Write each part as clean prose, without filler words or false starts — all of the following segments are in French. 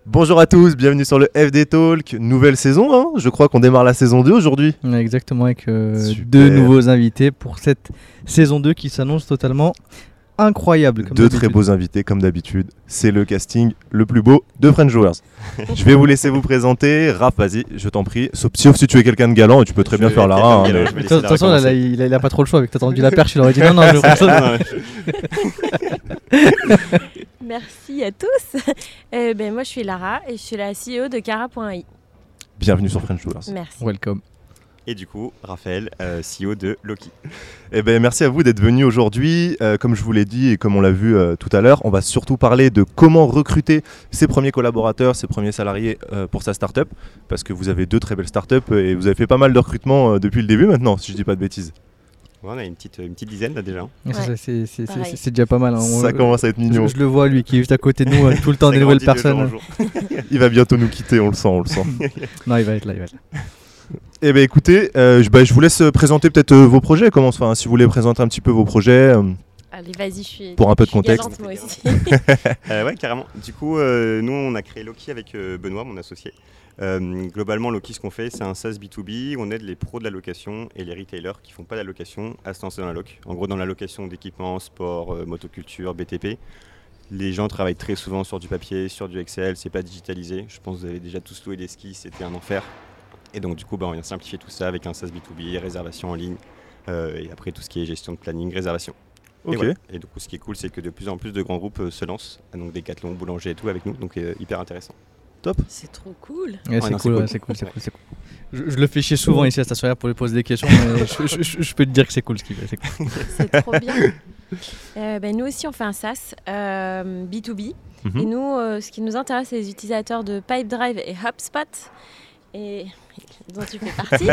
Bonjour à tous, bienvenue sur le FD Talk, nouvelle saison, hein, je crois qu'on démarre la saison 2 aujourd'hui. Exactement, avec deux nouveaux invités pour cette saison 2 qui s'annonce totalement incroyable. Deux très beaux invités comme d'habitude, c'est le casting le plus beau de French Joueurs. Je vais vous laisser vous présenter, Raph, vas-y, je t'en prie, sauf si tu es quelqu'un de galant et tu peux très bien faire Lara. De toute façon, il a pas trop le choix, avec t'as tendu la perche, il aurait dit non, je personne. Merci à tous. Moi, je suis Lara et je suis la CEO de Cara.ai. Bienvenue sur French Joueurs. Merci. Welcome. Et du coup, Raphaël, CEO de Loki. Merci à vous d'être venus aujourd'hui. Comme je vous l'ai dit et comme on l'a vu tout à l'heure, on va surtout parler de comment recruter ses premiers collaborateurs, ses premiers salariés pour sa startup. Parce que vous avez deux très belles startups et vous avez fait pas mal de recrutement depuis le début maintenant, si je dis pas de bêtises. Ouais, on a une petite dizaine là déjà. Ouais. C'est déjà pas mal. Hein. Ça commence à être mignon. Je le vois, lui qui est juste à côté de nous, tout le temps des nouvelles personnes. Il va bientôt nous quitter, on le sent. Non, il va être là. Écoutez, je vous laisse présenter peut-être vos projets. Si vous voulez présenter un petit peu vos projets. Allez, vas-y, je suis. Pour un peu de contexte. Galante, moi aussi. Ouais, carrément. Du coup, nous, on a créé Loki avec Benoît, mon associé. Globalement, Loki, ce qu'on fait, c'est un SaaS B2B. On aide les pros de la location et les retailers qui font pas de la location à se lancer dans la loc. En gros, dans la location d'équipements, sport, motoculture, BTP. Les gens travaillent très souvent sur du papier, sur du Excel. C'est pas digitalisé. Je pense que vous avez déjà tous loué des skis, c'était un enfer. Et donc du coup, on vient simplifier tout ça avec un SaaS B2B, réservation en ligne, et après tout ce qui est gestion de planning, réservation. Ok. Et, voilà. Et du coup, ce qui est cool, c'est que de plus en plus de grands groupes se lancent, donc Decathlon, Boulanger et tout avec nous, donc hyper intéressant. Top. C'est trop cool. Ouais, c'est cool. Je le fais chier souvent ici à Stationnaire pour lui poser des questions, mais je peux te dire que c'est cool ce qu'il fait. C'est cool. C'est trop bien. Nous aussi, on fait un SaaS B2B. Mhm. Et nous, ce qui nous intéresse, c'est les utilisateurs de Pipedrive et HubSpot. Et dont tu fais partie.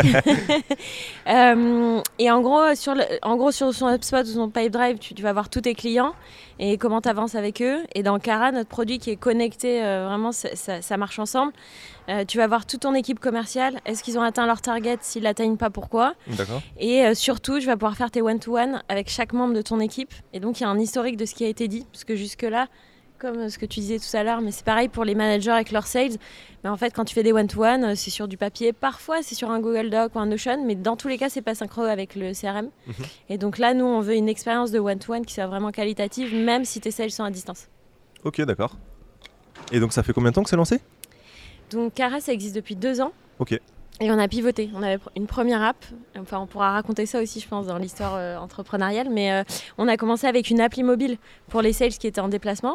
Et en gros, sur son HubSpot ou son Pipedrive, tu vas voir tous tes clients et comment tu avances avec eux. Et dans Cara, notre produit qui est connecté, vraiment, ça marche ensemble. Tu vas voir toute ton équipe commerciale. Est-ce qu'ils ont atteint leur target? S'ils ne l'atteignent pas, pourquoi? D'accord. Et surtout, je vais pouvoir faire tes one-to-one avec chaque membre de ton équipe. Et donc, il y a un historique de ce qui a été dit. Parce que jusque-là, comme ce que tu disais tout à l'heure, mais c'est pareil pour les managers avec leurs sales. Mais en fait, quand tu fais des one-to-one, c'est sur du papier. Parfois, c'est sur un Google Doc ou un Notion, mais dans tous les cas, c'est pas synchro avec le CRM. Et donc là, nous, on veut une expérience de one-to-one qui soit vraiment qualitative, même si tes sales sont à distance. Ok, d'accord. Et donc, ça fait combien de temps que c'est lancé? Donc, Cara, ça existe depuis 2 ans. Ok. Et on a pivoté. On avait une première app. Enfin, on pourra raconter ça aussi, je pense, dans l'histoire entrepreneuriale. Mais on a commencé avec une appli mobile pour les sales qui étaient en déplacement.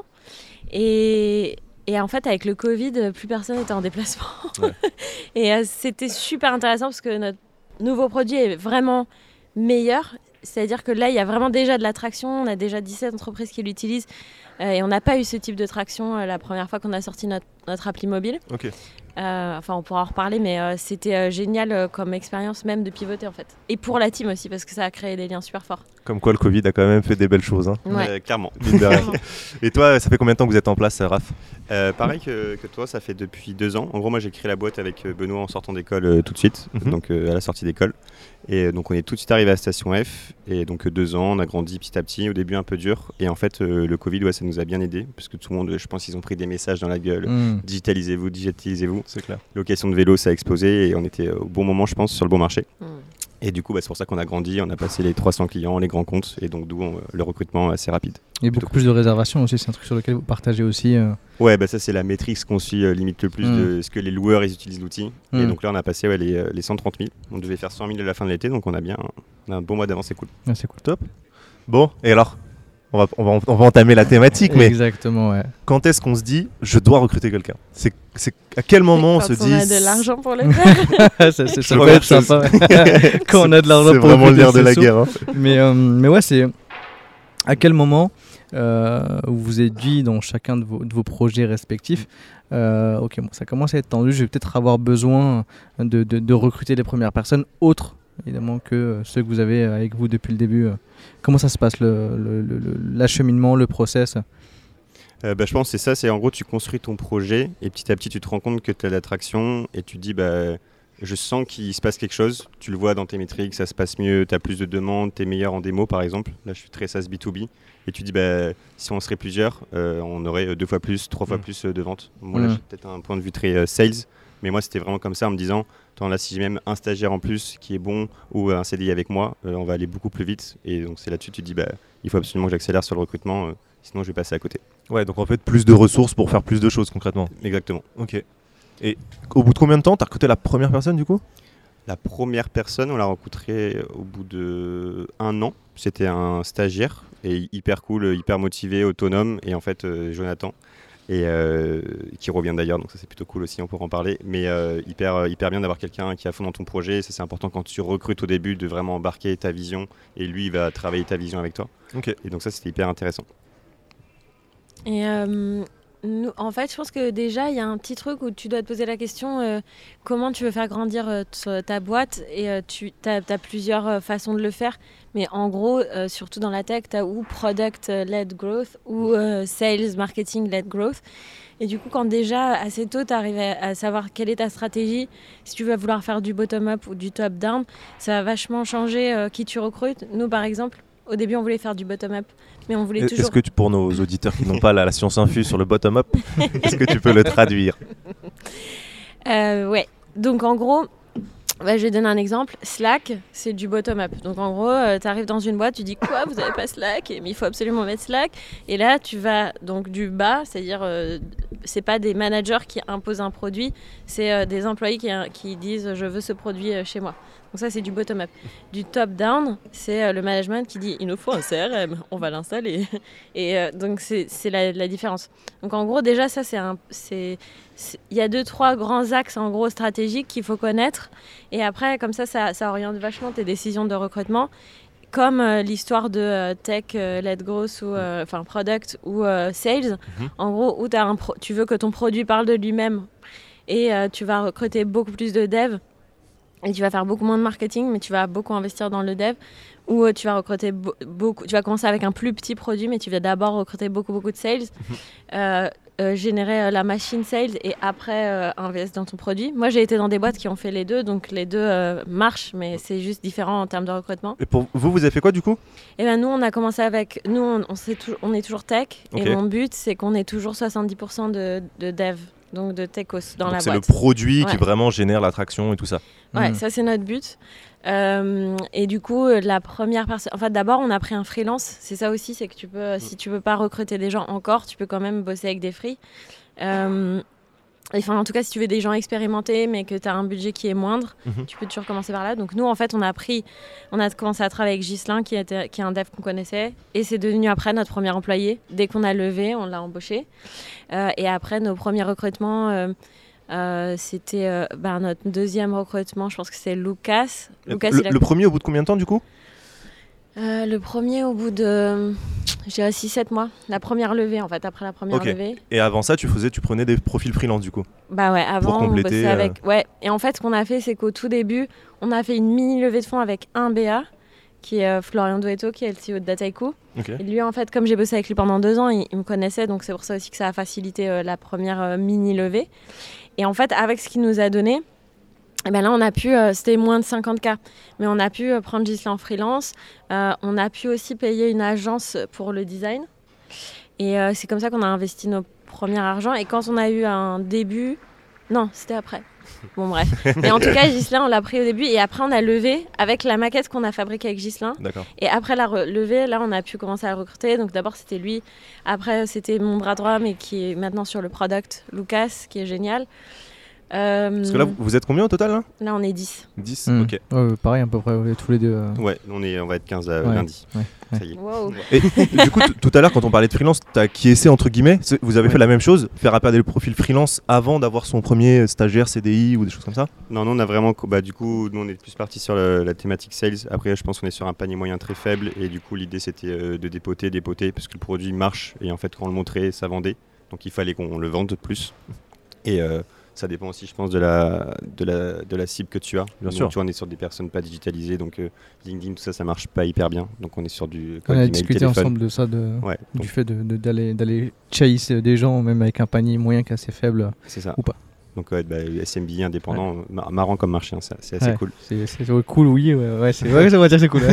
Et en fait, avec le Covid, plus personne n'était en déplacement. Ouais. Et c'était super intéressant parce que notre nouveau produit est vraiment meilleur. C'est-à-dire que là, il y a vraiment déjà de la traction. On a déjà 17 entreprises qui l'utilisent. Et on n'a pas eu ce type de traction la première fois qu'on a sorti notre appli mobile. Ok. On pourra en reparler, mais c'était génial comme expérience même de pivoter en fait. Et pour la team aussi, parce que ça a créé des liens super forts. Comme quoi le Covid a quand même fait des belles choses. Hein. Ouais. Clairement. Et toi, ça fait combien de temps que vous êtes en place, Raph? Pareil que toi, ça fait depuis 2 ans. En gros, moi j'ai créé la boîte avec Benoît en sortant d'école tout de suite, donc à la sortie d'école. Et donc on est tout de suite arrivé à Station F. Et donc 2 ans, on a grandi petit à petit. Au début un peu dur. Et en fait, le Covid, ça nous a bien aidé. Parce que tout le monde, je pense, ils ont pris des messages dans la gueule. Digitalisez-vous. C'est clair. Location de vélo, ça a explosé et on était au bon moment, je pense, sur le bon marché. Et du coup, c'est pour ça qu'on a grandi, on a passé les 300 clients, les grands comptes, et donc d'où le recrutement assez rapide. Et beaucoup plus de réservations aussi, c'est un truc sur lequel vous partagez aussi. Ouais, ça c'est la métrique qu'on suit limite le plus de ce que les loueurs ils utilisent l'outil. Et donc là, on a passé les 130 000. On devait faire 100 000 à la fin de l'été, donc on a un bon mois d'avance, c'est cool. Ah, c'est cool. Top. Bon, et alors on va entamer la thématique, mais exactement, ouais. Quand est-ce qu'on se dit je dois recruter quelqu'un? C'est à quel moment on se dit on a de l'argent pour le faire. ça peut être sympa. Quand on a de l'argent pour le faire. C'est vraiment le nerf de la guerre. Hein. Mais ouais, c'est à quel moment vous vous êtes dit dans chacun de vos projets respectifs, ok, bon, ça commence à être tendu, je vais peut-être avoir besoin de recruter les premières personnes autres évidemment que ceux que vous avez avec vous depuis le début. Comment ça se passe l'acheminement, le process? Je pense que c'est ça, c'est en gros tu construis ton projet et petit à petit tu te rends compte que tu as de l'attraction et tu te dis je sens qu'il se passe quelque chose, tu le vois dans tes métriques, ça se passe mieux, tu as plus de demandes, tu es meilleur en démo par exemple, là je suis très SaaS B2B et tu dis si on serait plusieurs, on aurait 2 fois plus, 3 fois plus de ventes. Moi là j'ai peut-être un point de vue très sales, mais moi c'était vraiment comme ça en me disant là si j'ai même un stagiaire en plus qui est bon ou un CDI avec moi, on va aller beaucoup plus vite, et donc c'est là-dessus tu te dis il faut absolument que j'accélère sur le recrutement, sinon je vais passer à côté. Ouais, donc en fait plus de ressources pour faire plus de choses concrètement. Exactement. Ok. Et au bout de combien de temps t'as recruté la première personne du coup ? La première personne, on l'a rencontré au bout de 1 an. C'était un stagiaire et hyper cool, hyper motivé, autonome, et en fait Jonathan, et qui revient d'ailleurs, donc ça c'est plutôt cool aussi, on pourra en parler, mais hyper bien d'avoir quelqu'un qui est à fond dans ton projet. Ça c'est important quand tu recrutes au début, de vraiment embarquer ta vision, et lui il va travailler ta vision avec toi. Ok. Et donc ça c'était hyper intéressant. Et nous, en fait, je pense que déjà, il y a un petit truc où tu dois te poser la question comment tu veux faire grandir ta boîte, et tu as plusieurs façons de le faire. Mais en gros, surtout dans la tech, tu as ou product-led growth ou sales, marketing-led growth. Et du coup, quand déjà, assez tôt, tu arrives à savoir quelle est ta stratégie, si tu vas vouloir faire du bottom-up ou du top-down, ça va vachement changer qui tu recrutes. Nous, par exemple, au début, on voulait faire du bottom-up, mais on voulait toujours... Est-ce que pour nos auditeurs qui n'ont pas la science infuse sur le bottom-up, est-ce que tu peux le traduire ? Ouais. Donc en gros, je vais donner un exemple. Slack, c'est du bottom-up. Donc en gros, tu arrives dans une boîte, tu dis quoi, vous n'avez pas Slack, mais il faut absolument mettre Slack. Et là, tu vas donc du bas, c'est-à-dire c'est pas des managers qui imposent un produit, c'est des employés qui disent je veux ce produit chez moi. Donc ça, c'est du bottom-up. Du top-down, c'est le management qui dit il nous faut un CRM, on va l'installer. Et donc c'est la différence. Donc en gros, déjà ça, il y a 2-3 grands axes en gros stratégiques qu'il faut connaître. Et après, comme ça oriente vachement tes décisions de recrutement. Comme l'histoire de tech-led growth ou product ou sales. En gros, où tu veux que ton produit parle de lui-même, et tu vas recruter beaucoup plus de devs. Et tu vas faire beaucoup moins de marketing, mais tu vas beaucoup investir dans le dev, ou tu vas recruter beaucoup. Tu vas commencer avec un plus petit produit, mais tu vas d'abord recruter beaucoup de sales, générer la machine sales, et après investir dans ton produit. Moi, j'ai été dans des boîtes qui ont fait les deux, donc les deux marchent, mais c'est juste différent en termes de recrutement. Et pour vous avez fait quoi du coup ? Et ben nous, on a commencé avec. Nous, on est toujours tech, Okay. Et mon but, c'est qu'on ait toujours 70% de dev. Donc de techos dans la boîte. C'est le produit qui vraiment génère l'attraction et tout ça. Ouais, ça c'est notre but. Et du coup, la première personne... En fait, d'abord, on a pris un freelance. C'est ça aussi, c'est que tu peux, si tu veux pas recruter des gens encore, tu peux quand même bosser avec des free. En tout cas, si tu veux des gens expérimentés, mais que tu as un budget qui est moindre, tu peux toujours commencer par là. Donc nous, en fait, on a commencé à travailler avec Ghislain, qui est un dev qu'on connaissait, et c'est devenu après notre premier employé. Dès qu'on a levé, on l'a embauché. Et après, nos premiers recrutements, c'était notre deuxième recrutement, je pense que c'est Lucas. Le premier au bout de combien de temps du coup ? Le premier au bout de, je dirais 6-7 mois. La première levée, en fait, après la première levée. Et avant ça, tu prenais des profils freelance du coup ? Bah ouais, avant, on bossait avec... Ouais, et en fait, ce qu'on a fait, c'est qu'au tout début, on a fait une mini levée de fonds avec un BA, qui est Florian Duetto, qui est le CEO de Dataiku. Okay. Et lui, en fait, comme j'ai bossé avec lui pendant 2 ans, il me connaissait, donc c'est pour ça aussi que ça a facilité la première mini levée. Et en fait, avec ce qu'il nous a donné, et ben là, on a pu, c'était moins de 50K, mais on a pu prendre Ghislain en freelance. On a pu aussi payer une agence pour le design. Et c'est comme ça qu'on a investi nos premiers argent. Et quand on a eu un début... Non, c'était après. Bon, bref. Mais en tout cas, Ghislain, on l'a pris au début. Et après, on a levé avec la maquette qu'on a fabriquée avec Ghislain. D'accord. Et après la levée, là, on a pu commencer à le recruter. Donc d'abord, c'était lui. Après, c'était mon bras droit, mais qui est maintenant sur le product, Lucas, qui est génial. Parce que là, vous êtes combien au total là, on est 10. 10, ok. Pareil, à peu près, tous les deux. Ouais, on va être 15 lundi. Ouais. Ça y est. Wow. Et du coup, tout à l'heure, quand on parlait de freelance, tu as acquiescé entre guillemets. Vous avez fait la même chose, faire apparaître le profil freelance avant d'avoir son premier stagiaire CDI ou des choses comme ça ? Non, on a vraiment. Du coup, nous, on est plus parti sur la thématique sales. Après, je pense qu'on est sur un panier moyen très faible. Et du coup, l'idée, c'était de dépoter, parce que le produit marche. Et en fait, quand on le montrait, ça vendait. Donc, il fallait qu'on le vende plus. Et ça dépend aussi, je pense, de la cible que tu as. Bien sûr. Tu vois, on est sur des personnes pas digitalisées, donc LinkedIn, tout ça, ça marche pas hyper bien. Donc on est sur du on a discuté ensemble de ça, du fait d'aller chase des gens, même avec un panier moyen qui est assez faible. C'est ça. Ou pas. Donc SMB indépendant, marrant comme marché, hein, c'est assez cool. C'est cool, oui, c'est vrai, ça va dire c'est cool.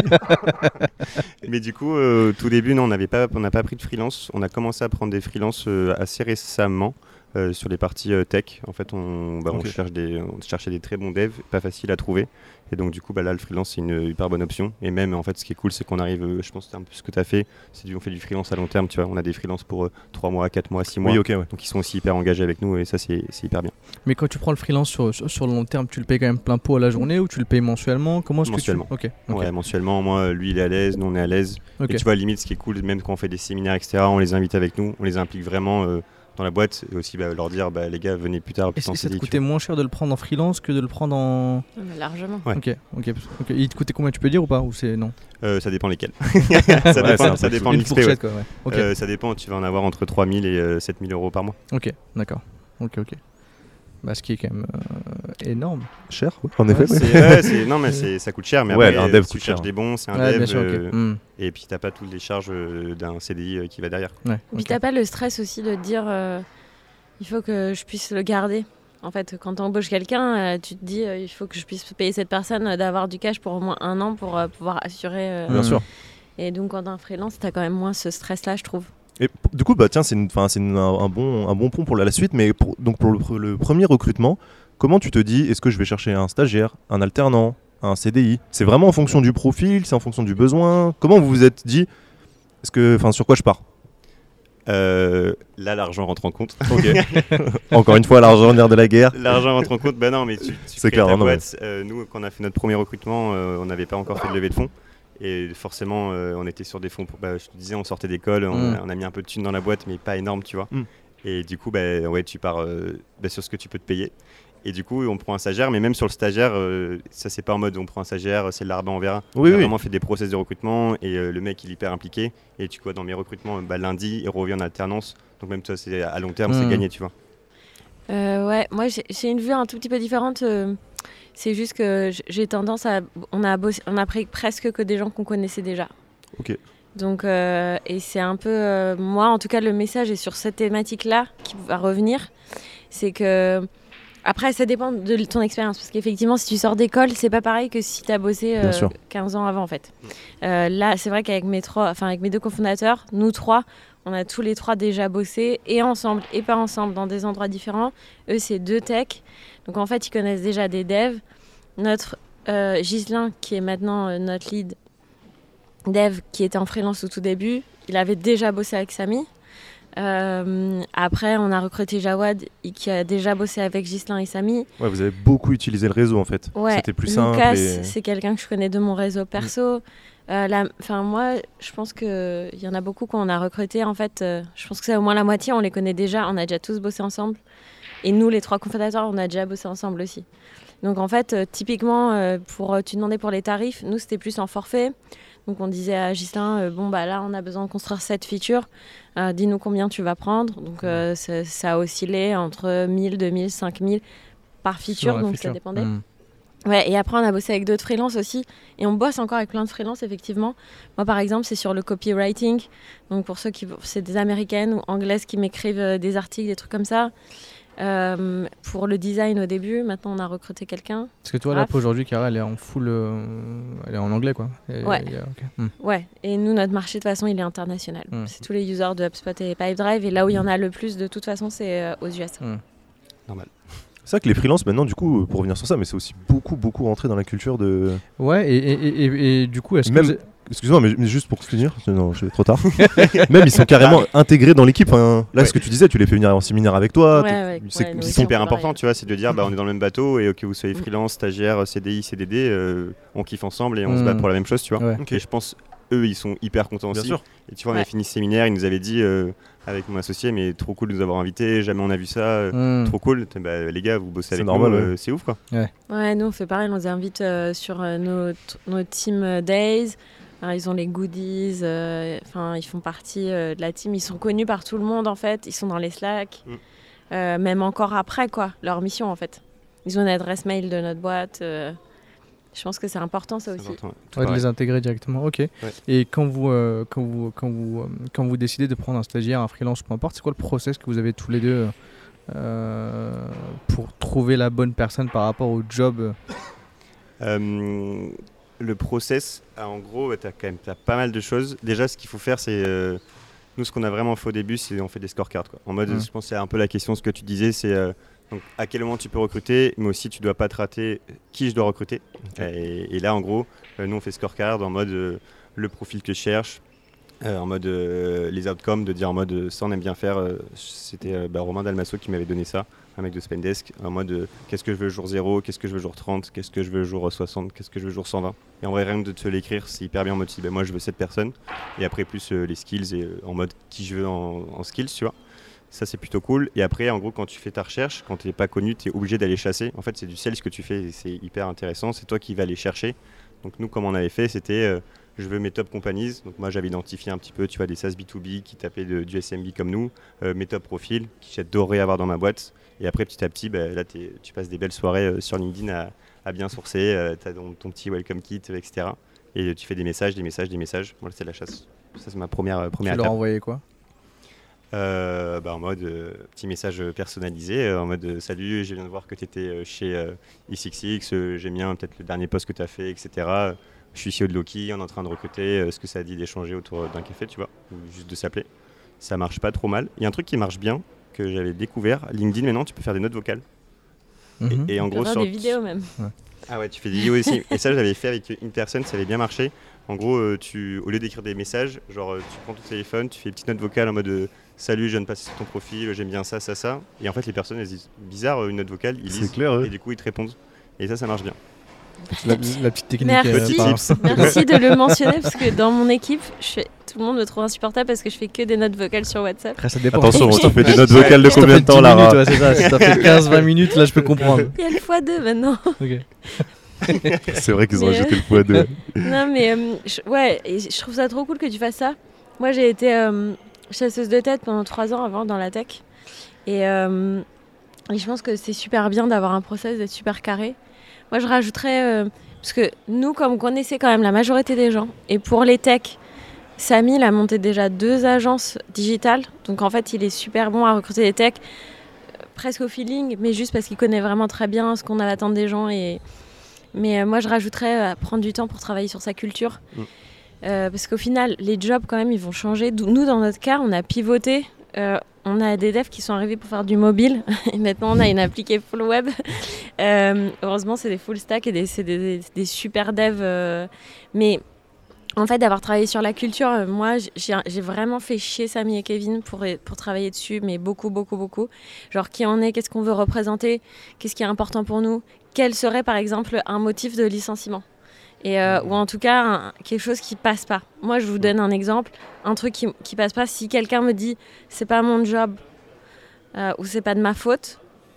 Mais du coup, tout début, non, on n'a pas pris de freelance. On a commencé à prendre des freelances assez récemment. Sur les parties tech, en fait, on cherchait des très bons devs, pas facile à trouver. Et donc, du coup, là, le freelance, c'est une hyper bonne option. Et même, en fait, ce qui est cool, c'est qu'on arrive, je pense que c'est un peu ce que tu as fait, on fait du freelance à long terme, tu vois. On a des freelances pour 3 mois, 4 mois, 6 mois. Oui, ok, ouais. Donc, ils sont aussi hyper engagés avec nous et ça, c'est hyper bien. Mais quand tu prends le freelance sur le long terme, tu le payes quand même plein pot à la journée ou tu le payes mensuellement? Comment est-ce Mensuellement. que tu... Ouais, mensuellement. Moi, lui, il est à l'aise, nous, on est à l'aise. Okay. Et tu vois, limite, ce qui est cool, même quand on fait des séminaires, etc., on les invite avec nous, on les implique vraiment dans la boîte et aussi leur dire les gars venez plus tard. Et ça te coûtait moins cher de le prendre en freelance que de le prendre en... Largement. Ouais. Ok. Il te coûtait combien, tu peux dire ou pas, ou c'est non? Ça dépend lesquels. ça dépend de l'XP. Ça dépend, tu vas en avoir entre 3 000 et 7 000 euros par mois. Ok, d'accord. Ok. Bah, ce qui est quand même énorme. Cher, en effet. Non, mais ça coûte cher. Mais ouais, après, un dev si coûte tu cherches cher. des bons, c'est un dev. Bien sûr, et puis, tu n'as pas toutes les charges d'un CDI qui va derrière. Ouais, et puis, tu n'as pas le stress aussi de te dire il faut que je puisse le garder. En fait, quand tu embauches quelqu'un, tu te dis il faut que je puisse payer cette personne, d'avoir du cash pour au moins 1 an pour pouvoir assurer. Bien sûr. Et donc, quand tu es un freelance, tu as quand même moins ce stress-là, je trouve. Et du coup, tiens, c'est un bon pont pour la suite, mais pour le premier recrutement, comment tu te dis, est-ce que je vais chercher un stagiaire, un alternant, un CDI? C'est vraiment en fonction du profil, c'est en fonction du besoin? Comment vous vous êtes dit, sur quoi je pars? Là, l'argent rentre en compte. Ok. Encore une fois, l'argent nerf de la guerre. L'argent rentre en compte. Ben non, mais tu c'est clair. Ta boîte. Nous, quand on a fait notre premier recrutement, on n'avait pas encore fait de levée de fonds. Et forcément, on était sur des fonds. Je te disais, on sortait d'école, on a mis un peu de thunes dans la boîte, mais pas énorme, tu vois. Et du coup, tu pars sur ce que tu peux te payer. Et du coup, on prend un stagiaire, mais même sur le stagiaire, ça c'est pas en mode on prend un stagiaire, c'est le larbin, on verra. On a vraiment fait des process de recrutement et le mec il est hyper impliqué. Et tu vois, dans mes recrutements, lundi, il revient en alternance. Donc même toi, c'est à long terme, c'est gagné, tu vois. Ouais, moi j'ai une vue un tout petit peu différente. C'est juste que j'ai tendance à... On a pris presque que des gens qu'on connaissait déjà. Ok. Donc, et c'est un peu... moi, en tout cas, le message est sur cette thématique-là qui va revenir. C'est que... Après, ça dépend de ton expérience. Parce qu'effectivement, si tu sors d'école, c'est pas pareil que si tu as bossé 15 ans avant, en fait. Là, c'est vrai qu'avec mes 2 cofondateurs, nous 3, on a tous les 3 déjà bossé, et ensemble, et pas ensemble, dans des endroits différents. Eux, c'est 2 techs. Donc, en fait, ils connaissent déjà des devs. Notre Ghislain, qui est maintenant notre lead dev, qui était en freelance au tout début, il avait déjà bossé avec Samy. Après, on a recruté Jawad, qui a déjà bossé avec Ghislain et Samy. Ouais, vous avez beaucoup utilisé le réseau en fait. Ouais, c'était plus Lucas, simple. c'est quelqu'un que je connais de mon réseau perso. Moi, je pense qu'il y en a beaucoup qu'on a recruté. En fait, je pense que c'est au moins la moitié, on les connaît déjà. On a déjà tous bossé ensemble. Et nous, les 3 cofondateurs, on a déjà bossé ensemble aussi. Donc en fait, typiquement, tu demandais pour les tarifs, nous, c'était plus en forfait. Donc on disait à Ghislain, là on a besoin de construire cette feature, dis-nous combien tu vas prendre. Donc ça oscillait entre 1000, 2000, 5000 par feature, donc ça dépendait. Ouais, et après on a bossé avec d'autres freelances aussi, et on bosse encore avec plein de freelances effectivement. Moi par exemple c'est sur le copywriting, donc pour ceux c'est des américaines ou anglaises qui m'écrivent des articles, des trucs comme ça. Pour le design au début, maintenant on a recruté quelqu'un. Parce que toi, là, aujourd'hui, Cara, elle est en full. Elle est en anglais, quoi. Ouais, et nous, notre marché, de toute façon, il est international. C'est tous les users de HubSpot et Pipedrive, et là où il y en a le plus, de toute façon, c'est aux US. Normal. C'est vrai que les freelances, maintenant, du coup, pour revenir sur ça, mais c'est aussi beaucoup rentré dans la culture de. Ouais, et du coup, est-ce que. Excuse-moi, mais juste pour finir, non, je vais trop tard. Même ils sont carrément intégrés dans l'équipe. Hein. Là, ce que tu disais, tu les fais venir en séminaire avec toi. C'est hyper important, tu vois, c'est de dire, on est dans le même bateau et que vous soyez freelance, stagiaire, CDI, CDD, on kiffe ensemble et on se bat pour la même chose, tu vois. Et je pense, eux, ils sont hyper contents aussi. Sûr. Et tu vois, on a fini ce séminaire, ils nous avaient dit avec mon associé, mais trop cool de nous avoir invités, jamais on a vu ça, trop cool. Les gars, vous bossez avec nous, c'est ouf, quoi. Ouais, nous on fait pareil, on les invite sur nos team days. Alors, ils ont les goodies, ils font partie de la team, ils sont connus par tout le monde en fait, ils sont dans les Slack, même encore après quoi, leur mission en fait. Ils ont une adresse mail de notre boîte, je pense que c'est important ça aussi. Important, de les intégrer directement, ok. Ouais. Et quand vous décidez de prendre un stagiaire, un freelance, peu importe, c'est quoi le process que vous avez tous les deux pour trouver la bonne personne par rapport au job? Le process, en gros, t'as pas mal de choses. Déjà, ce qu'il faut faire, c'est nous, ce qu'on a vraiment fait au début, c'est on fait des scorecards, quoi. En mode, je pense que c'est un peu la question, ce que tu disais, c'est donc, à quel moment tu peux recruter, mais aussi tu dois pas te rater qui je dois recruter. Et là, en gros, nous, on fait scorecard en mode le profil que je cherche, en mode les outcomes, de dire en mode ça on aime bien faire. C'était Romain Dalmasso qui m'avait donné ça, un mec de Spendesk, en mode qu'est-ce que je veux jour 0, qu'est-ce que je veux jour 30, qu'est-ce que je veux jour 60, qu'est-ce que je veux jour 120. Et en vrai, rien que de te l'écrire, c'est hyper bien en mode si moi je veux cette personne. Et après, plus les skills et en mode qui je veux en skills, tu vois. Ça, c'est plutôt cool. Et après, en gros, quand tu fais ta recherche, quand tu n'es pas connu, tu es obligé d'aller chasser. En fait, c'est du sales que tu fais et c'est hyper intéressant. C'est toi qui vas aller chercher. Donc, nous, comme on avait fait, c'était je veux mes top companies. Donc, moi, j'avais identifié un petit peu, tu vois, des SaaS B2B qui tapaient du SMB comme nous, mes top profils, qui j'adorerais avoir dans ma boîte. Et après, petit à petit, là, tu passes des belles soirées sur LinkedIn à bien sourcer. Tu as ton petit welcome kit, etc. Et tu fais des messages. Moi, c'est de la chasse. Ça, c'est ma première étape. Tu leur envoyais quoi? En mode petit message personnalisé, en mode salut, je viens de voir que tu étais chez XXX, j'aime bien peut-être le dernier post que tu as fait, etc. Je suis CEO de Loki, on est en train de recruter, est-ce que ça dit d'échanger autour d'un café, tu vois, ou juste de s'appeler. Ça marche pas trop mal. Il y a un truc qui marche bien, que j'avais découvert, LinkedIn maintenant tu peux faire des notes vocales. Et en gros, faire des vidéos même. Ouais. Ah ouais, tu fais des vidéos aussi. Et ça, j'avais fait avec une personne, ça avait bien marché. En gros, au lieu d'écrire des messages, genre tu prends ton téléphone, tu fais une petite note vocale en mode salut, je viens de passer sur ton profil, j'aime bien ça. Et en fait, les personnes, elles disent bizarre, une note vocale, ils lisent clair, et du coup, ils te répondent. Et ça marche bien. La petite technique. Merci de le mentionner parce que dans mon équipe, tout le monde me trouve insupportable parce que je fais que des notes vocales sur WhatsApp. Après, ça dépend. Attention, on te fait des notes vocales de combien de temps, Lara? Ouais, c'est ça. Si t'as fait 15-20 minutes, là, je peux comprendre. Il y a le x2 maintenant. Ok. C'est vrai qu'ils ont ajouté le x2. Non, mais je trouve ça trop cool que tu fasses ça. Moi, j'ai été chasseuse de tête pendant 3 ans avant dans la tech. Et je pense que c'est super bien d'avoir un process, d'être super carré. Moi, je rajouterais, parce que nous, comme on connaissait quand même la majorité des gens, et pour les techs, Samy, il a monté déjà 2 agences digitales. Donc, en fait, il est super bon à recruter des techs, presque au feeling, mais juste parce qu'il connaît vraiment très bien ce qu'on a à attendre des gens. Mais moi, je rajouterais prendre du temps pour travailler sur sa culture. Parce qu'au final, les jobs, quand même, ils vont changer. Nous, dans notre cas, on a pivoté. On a des devs qui sont arrivés pour faire du mobile. Et maintenant, on a une appli qui est full web. Heureusement, c'est des full stack et c'est des super devs. Mais en fait, d'avoir travaillé sur la culture, moi, j'ai vraiment fait chier Samy et Kevin pour travailler dessus, mais beaucoup. Genre, qui on est, qu'est-ce qu'on veut représenter, qu'est-ce qui est important pour nous, quel serait, par exemple, un motif de licenciement. Ou en tout cas quelque chose qui passe pas. Moi, je vous donne un exemple, un truc qui passe pas. Si quelqu'un me dit c'est pas mon job ou c'est pas de ma faute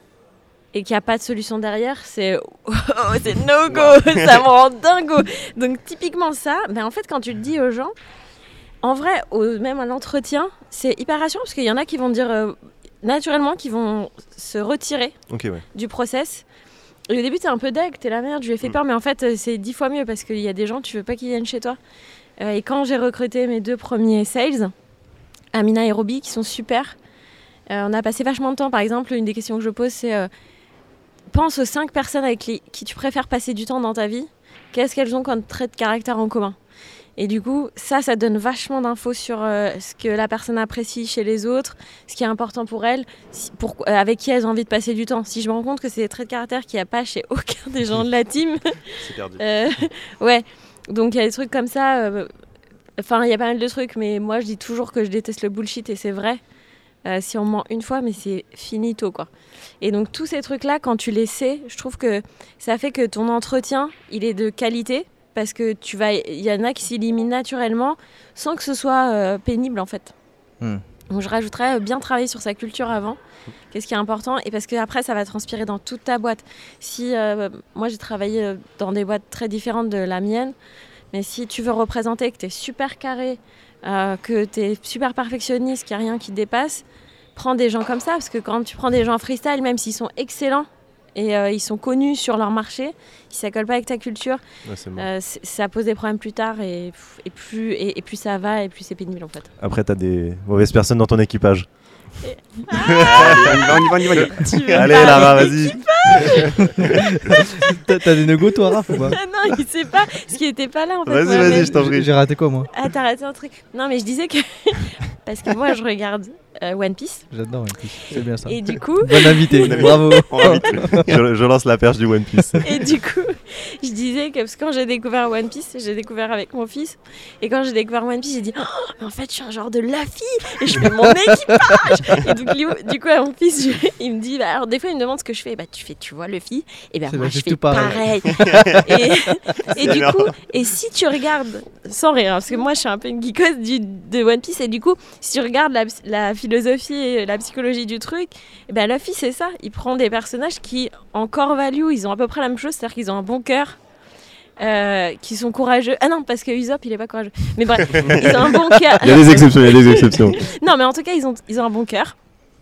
et qu'il n'y a pas de solution derrière, c'est c'est no go, ça me rend dingo. Donc typiquement ça, en fait quand tu le dis aux gens, en vrai, même à l'entretien, c'est hyper rassurant parce qu'il y en a qui vont dire naturellement qui vont se retirer du process. Et au début, t'es un peu deg, t'es la merde, je lui ai fait peur, mais en fait, c'est 10 fois mieux parce qu'il y a des gens, tu veux pas qu'ils viennent chez toi. Et quand j'ai recruté mes 2 premiers sales, Amina et Roby, qui sont super, on a passé vachement de temps. Par exemple, une des questions que je pose, c'est pense aux 5 personnes avec qui tu préfères passer du temps dans ta vie. Qu'est-ce qu'elles ont comme trait de caractère en commun ? Et du coup, ça donne vachement d'infos sur ce que la personne apprécie chez les autres, ce qui est important pour elle, avec qui elles ont envie de passer du temps. Si je me rends compte que c'est des traits de caractère qu'il n'y a pas chez aucun des gens de la team. C'est perdu. Ouais, donc il y a des trucs comme ça. Enfin, il y a pas mal de trucs, mais moi je dis toujours que je déteste le bullshit et c'est vrai. Si on ment une fois, mais c'est finito, quoi. Et donc tous ces trucs-là, quand tu les sais, je trouve que ça fait que ton entretien, il est de qualité. Parce que il y en a qui s'éliminent naturellement sans que ce soit pénible en fait. Donc je rajouterais bien travailler sur sa culture avant, qu'est-ce qui est important, et parce qu'après ça va transpirer dans toute ta boîte. Si moi j'ai travaillé dans des boîtes très différentes de la mienne, mais si tu veux représenter que tu es super carré, que tu es super perfectionniste, qu'il n'y a rien qui te dépasse, prends des gens comme ça, parce que quand tu prends des gens freestyle, même s'ils sont excellents, et ils sont connus sur leur marché, si ça colle pas avec ta culture, ça pose des problèmes plus tard et plus ça va et plus c'est pénible en fait. Après t'as des mauvaises personnes dans ton équipage. On y va. Tu veux Allez, pas Lara, avec vas-y. T'as des no-go, toi, Raph, ou pas? Non, il sait pas. Parce qu'il était pas là en fait. Vas-y, moi-même. vas-y, je t'en prie. J'ai raté quoi, moi? Ah, t'as raté un truc. Non, mais je disais que. Parce que moi, je regarde One Piece. J'adore One Piece, c'est bien ça. Et du coup. Bon invité, bravo. On va vite. Je lance la perche du One Piece. Et du coup, je disais que parce que quand j'ai découvert One Piece, j'ai découvert avec mon fils. Et quand j'ai découvert One Piece, j'ai dit oh, mais en fait, je suis un genre de Luffy et je fais mon équipage. Et donc, du coup, à mon fils, il me dit bah, alors des fois, il me demande ce que je fais. Bah, tu vois Luffy. Et ben C'est moi, vrai, je c'est fais tout pareil. et du coup, et si tu regardes sans rire, hein, parce que moi, je suis un peu une geekose de One Piece, et du coup, si tu regardes la philosophie et la psychologie du truc, et ben Luffy, c'est ça. Il prend des personnages qui, en core value, ils ont à peu près la même chose, c'est-à-dire qu'ils ont un bon cœur, qui sont courageux. Ah non, parce que Usopp, il est pas courageux. Mais bref, ils ont un bon cœur. Il y a des exceptions. Non, mais en tout cas, ils ont un bon cœur.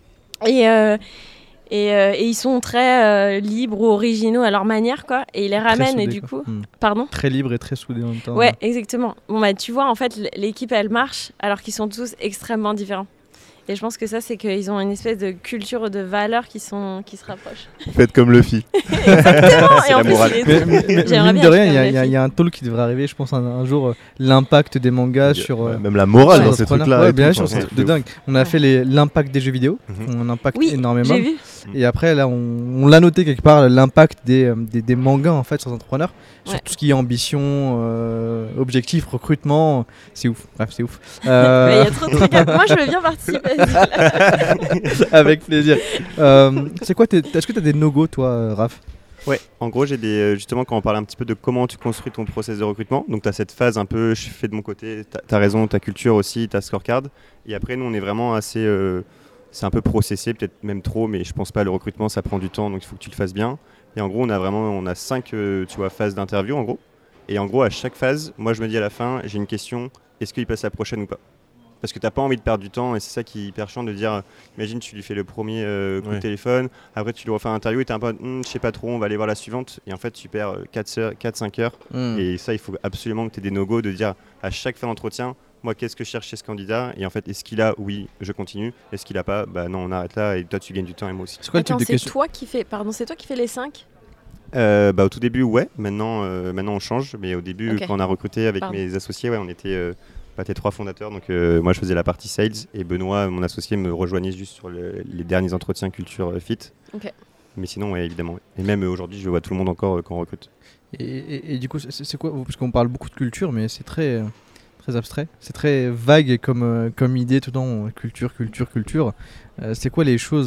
Et ils sont très libres ou originaux à leur manière, quoi. Et ils les ramènent, et soudés, du quoi. coup. Pardon ? Très libre et très soudé en même temps. Ouais, exactement. Bon, bah, tu vois, en fait, l'équipe, elle marche alors qu'ils sont tous extrêmement différents. Et je pense que ça, c'est qu'ils ont une espèce de culture ou de valeurs qui se rapprochent. Faites comme Luffy. Exactement. Et en la plus, morale. il est Mais J'aimerais mine bien de rien, faire il y a- le il y, a- il y a un talk qui devrait arriver, je pense, un jour, l'impact des mangas sur. Même la morale sur dans les ces entrepreneurs. trucs-là. Ouais, et bien tout, sûr, enfin, c'est un c'est truc de ouf. dingue. On a fait l'impact des jeux vidéo, on impacte Oui, énormément. j'ai vu. Et après, là, on l'a noté quelque part, l'impact des mangas en fait sur les entrepreneurs, sur Ouais. tout ce qui est ambition, objectif, recrutement. C'est ouf. Bref, c'est ouf. Mais il y a trop de trucs. Moi, je veux bien participer. Avec plaisir. C'est quoi est-ce que tu as des no-go, toi, Raph? Ouais, en gros, j'ai justement, quand on parle un petit peu de comment tu construis ton process de recrutement, donc tu as cette phase un peu, je fais de mon côté, tu as raison, ta culture aussi, ta scorecard. Et après, nous, on est vraiment assez. C'est un peu processé, peut-être même trop, mais je pense pas, le recrutement, ça prend du temps, donc il faut que tu le fasses bien. Et en gros, on a 5 phases d'interview, en gros. Et en gros, à chaque phase, moi, je me dis à la fin, j'ai une question, est-ce qu'il passe la prochaine ou pas ? Parce que t'as pas envie de perdre du temps, et c'est ça qui est hyper chiant de dire, imagine tu lui fais le premier coup de téléphone, après tu lui refais un interview et t'es un peu, je sais pas trop, on va aller voir la suivante, et en fait tu perds 4-5 heures, et ça il faut absolument que tu aies des no-go, de dire à chaque fin d'entretien, moi qu'est-ce que je cherche chez ce candidat, et en fait est-ce qu'il a, oui, je continue, est-ce qu'il a pas, bah non on arrête là, et toi tu gagnes du temps et moi aussi. C'est quoi le type Attends, de c'est question? toi qui fais. Pardon, c'est toi qui fais les 5 ? Au tout début ouais, maintenant on change, mais au début Ok. quand on a recruté avec Pardon. mes associés, ouais, on était... t'es 3 fondateurs, donc moi je faisais la partie sales et Benoît, mon associé, me rejoignait juste sur les derniers entretiens culture fit. Ok. Mais sinon, ouais, évidemment. Et même aujourd'hui, je vois tout le monde encore quand on recrute. Et du coup, c'est quoi? Parce qu'on parle beaucoup de culture, mais c'est très, très abstrait. C'est très vague comme idée tout le temps. Culture. C'est quoi les choses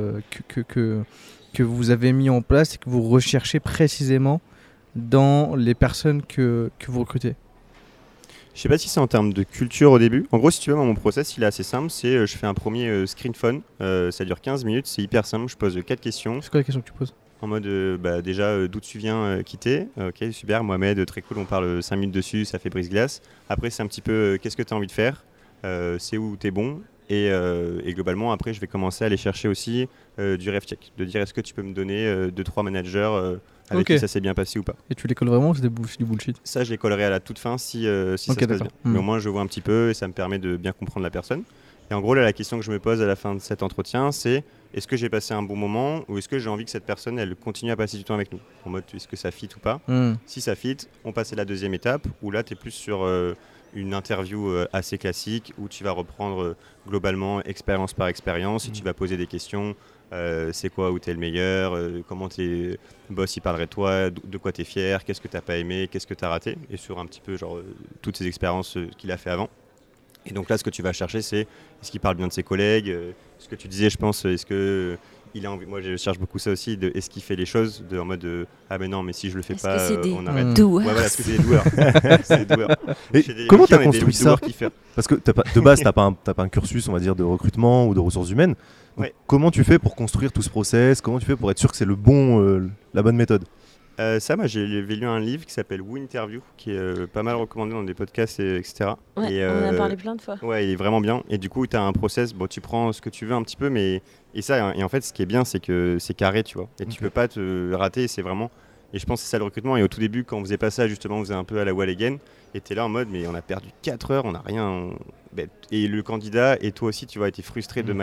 que vous avez mis en place et que vous recherchez précisément dans les personnes que vous recrutez? Je sais pas si c'est en termes de culture au début. En gros, si tu veux, mon process, il est assez simple. C'est je fais un premier screen phone. Ça dure 15 minutes. C'est hyper simple. Je pose 4 questions. C'est quoi la question que tu poses? En mode, déjà, d'où tu viens quitter. Ok, super. Mohamed, très cool. On parle 5 minutes dessus. Ça fait brise-glace. Après, c'est un petit peu qu'est-ce que tu as envie de faire. C'est où tu es bon. Et globalement, après, je vais commencer à aller chercher aussi du ref check. De dire est-ce que tu peux me donner 2-3 managers avec qui ça s'est bien passé ou pas. Et tu les colles vraiment ou c'est du bullshit? Ça, je les collerai à la toute fin si ça se passe d'accord. bien. Mais au moins, je vois un petit peu et ça me permet de bien comprendre la personne. Et en gros, là, la question que je me pose à la fin de cet entretien, c'est est-ce que j'ai passé un bon moment ou est-ce que j'ai envie que cette personne, elle continue à passer du temps avec nous? En mode, est-ce que ça fit ou pas? Si ça fit, on passe à la deuxième étape où là, tu es plus sur une interview assez classique où tu vas reprendre globalement expérience par expérience et tu vas poser des questions. C'est quoi où tu es le meilleur, comment tes boss ils parleraient de toi, de quoi tu es fier, qu'est-ce que tu n'as pas aimé, qu'est-ce que tu as raté, et sur un petit peu genre toutes ces expériences qu'il a fait avant. Et donc là, ce que tu vas chercher, c'est est-ce qu'il parle bien de ses collègues, ce que tu disais, je pense, est-ce que il a envie, moi je cherche beaucoup ça aussi, est-ce qu'il fait les choses en mode ah mais non, mais si je le fais Est-ce pas, que c'est des on arrête. doueurs? Ouais, voilà, est-ce que c'est des doueurs? C'est des doueurs. Et Chez des comment mecs, t'as on est des construit ça? doueurs qui font. Parce que de base, t'as pas un cursus, on va dire, de recrutement ou de ressources humaines. Donc, Ouais. comment tu fais pour construire tout ce process? Comment tu fais pour être sûr que c'est la bonne méthode? Ça, moi, j'avais lu un livre qui s'appelle Who Interview, qui est pas mal recommandé dans des podcasts, etc. Ouais, Et, on en a parlé plein de fois. Ouais, il est vraiment bien. Et du coup, tu as un process, bon, tu prends ce que tu veux un petit peu, mais et en fait, ce qui est bien, c'est que c'est carré, tu vois. Et tu peux pas te rater, c'est vraiment. Et je pense que c'est ça le recrutement. Et au tout début, quand on faisait pas ça, justement, on faisait un peu à la wall again. Et t'es là en mode, mais on a perdu 4 heures, on n'a rien. Et le candidat, et toi aussi, tu vois, été frustré de malade.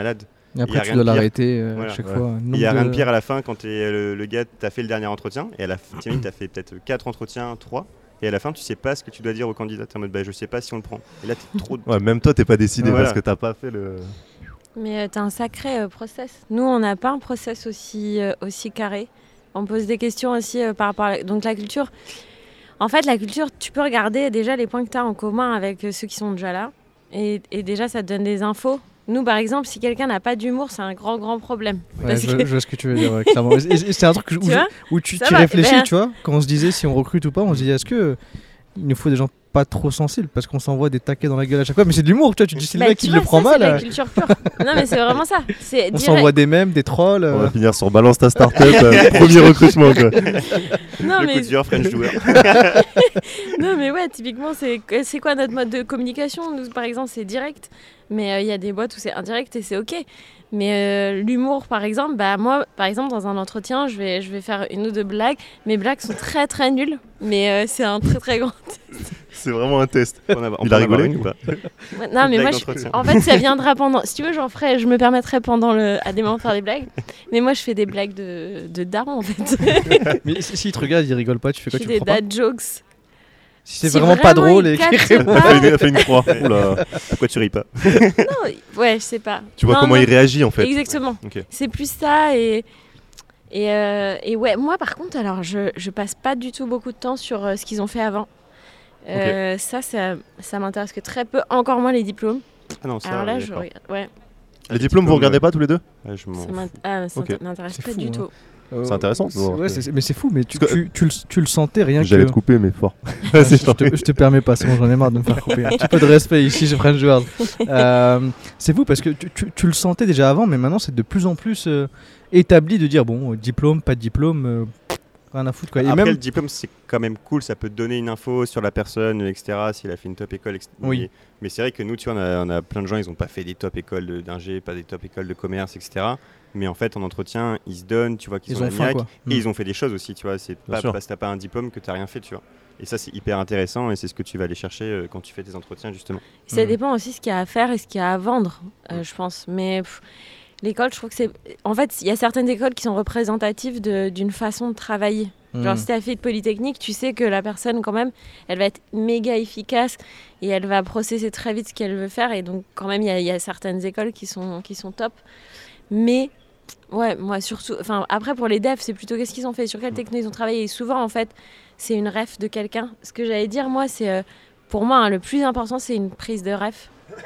Et après, y a tu rien dois de pire. l'arrêter Voilà. à chaque Ouais. fois. Il n'y a rien de pire à la fin quand le gars t'a fait le dernier entretien et à la fin, tu as fait peut-être 4 entretiens, 3. Et à la fin, tu sais pas ce que tu dois dire au candidat. T'es en mode, je sais pas si on le prend. Et là, t'es trop. Ouais, même toi, t'es pas décidé Voilà. parce que t'as pas fait le. Mais t'as un sacré process. Nous, on n'a pas un process aussi carré. On pose des questions aussi par rapport à donc la culture. En fait, la culture, tu peux regarder déjà les points que tu as en commun avec ceux qui sont déjà là. Et déjà, ça te donne des infos. Nous, par exemple, si quelqu'un n'a pas d'humour, c'est un grand problème. Ouais, Parce je que- vois ce que tu veux dire, ouais, clairement. Et c'est un truc Tu vois où tu Ça t'y va, réfléchis, ben- tu vois. Quand on se disait si on recrute ou pas, on se dit est-ce que il nous faut des gens pas trop sensibles parce qu'on s'envoie des taquets dans la gueule à chaque fois. Mais c'est de l'humour, tu vois. Tu te dis si le Bah, mec tu il vois, le prend ça, c'est mal, la culture pure. Non, mais c'est vraiment ça. C'est on direct. s'envoie des mèmes, des trolls. On va finir sur balance ta startup, premier recrutement quoi. Non, le mais coup dur, French doer. Non, mais ouais, typiquement, c'est quoi notre mode de communication? Nous, par exemple, c'est direct, mais il y a des boîtes où c'est indirect et c'est OK. Mais l'humour, par exemple, bah, moi, par exemple, dans un entretien, je vais faire une ou deux blagues. Mes blagues sont très nulles, mais c'est un très grand. C'est vraiment un test. On Il a peut en avoir rigolé une ou pas Ouais, non, mais Blague moi, d'entretien. en fait, ça viendra pendant. Si tu veux, je me permettrai à des moments de faire des blagues. Mais moi, je fais des blagues de daron, en fait. Mais s'il te regarde, il rigole pas, tu fais Je quoi? fais Tu des comprends pas? dad jokes. Si c'est vraiment pas drôle et il qu'il capte répond. pas. Elle fait une croix. Oula. Pourquoi tu ris pas Non, ouais, je sais pas. Tu vois Non, comment non. il réagit en fait. Exactement. Ok. C'est plus ça et ouais, moi par contre, alors je passe pas du tout beaucoup de temps sur ce qu'ils ont fait avant. Ça m'intéresse que très peu, encore moins les diplômes. Ah non, ça. Alors là, ouais, je d'accord. regarde. Ouais, Les diplômes, vous regardez pas tous les deux? Ouais, je m'en ça fous. Ok. m'intéresse C'est pas fou, du hein. tout. C'est intéressant. Ouais, mais c'est fou, mais Parce que- tu le sentais rien que. J'allais te couper, mais fort. Ouais, je te permets pas, c'est bon, j'en ai marre de me faire couper. Un petit peu de respect ici chez French World. C'est fou parce que tu le sentais déjà avant, mais maintenant c'est de plus en plus établi de dire bon, diplôme, pas de diplôme, rien à foutre quoi. Et Après, même, le diplôme, c'est quand même cool. Ça peut te donner une info sur la personne, etc. S'il a fait une top école. Oui. Mais c'est vrai que nous, tu vois, on a plein de gens, ils n'ont pas fait des top écoles d'ingé, pas des top écoles de commerce, etc. Mais en fait, en entretien, ils se donnent, tu vois, qu'ils ils sont ont faim maniaques. quoi. Et ils ont fait des choses aussi, tu vois. C'est Bien pas sûr. parce que t'as pas un diplôme que t'as rien fait, tu vois. Et ça, c'est hyper intéressant et c'est ce que tu vas aller chercher quand tu fais tes entretiens, justement. Ça Mhm. dépend aussi ce qu'il y a à faire et ce qu'il y a à vendre, je pense. Mais l'école, je trouve que c'est. En fait, il y a certaines écoles qui sont représentatives d'une façon de travailler. Genre, si tu as fait de Polytechnique, tu sais que la personne, quand même, elle va être méga efficace et elle va processer très vite ce qu'elle veut faire. Et donc, quand même, il y a certaines écoles qui sont top. Mais, ouais, moi, surtout. Enfin, après, pour les devs, c'est plutôt qu'est-ce qu'ils ont fait, sur quelle techno ils ont travaillé. Et souvent, en fait, c'est une ref de quelqu'un. Ce que j'allais dire, moi, c'est. Pour moi, le plus important, c'est une prise de ref.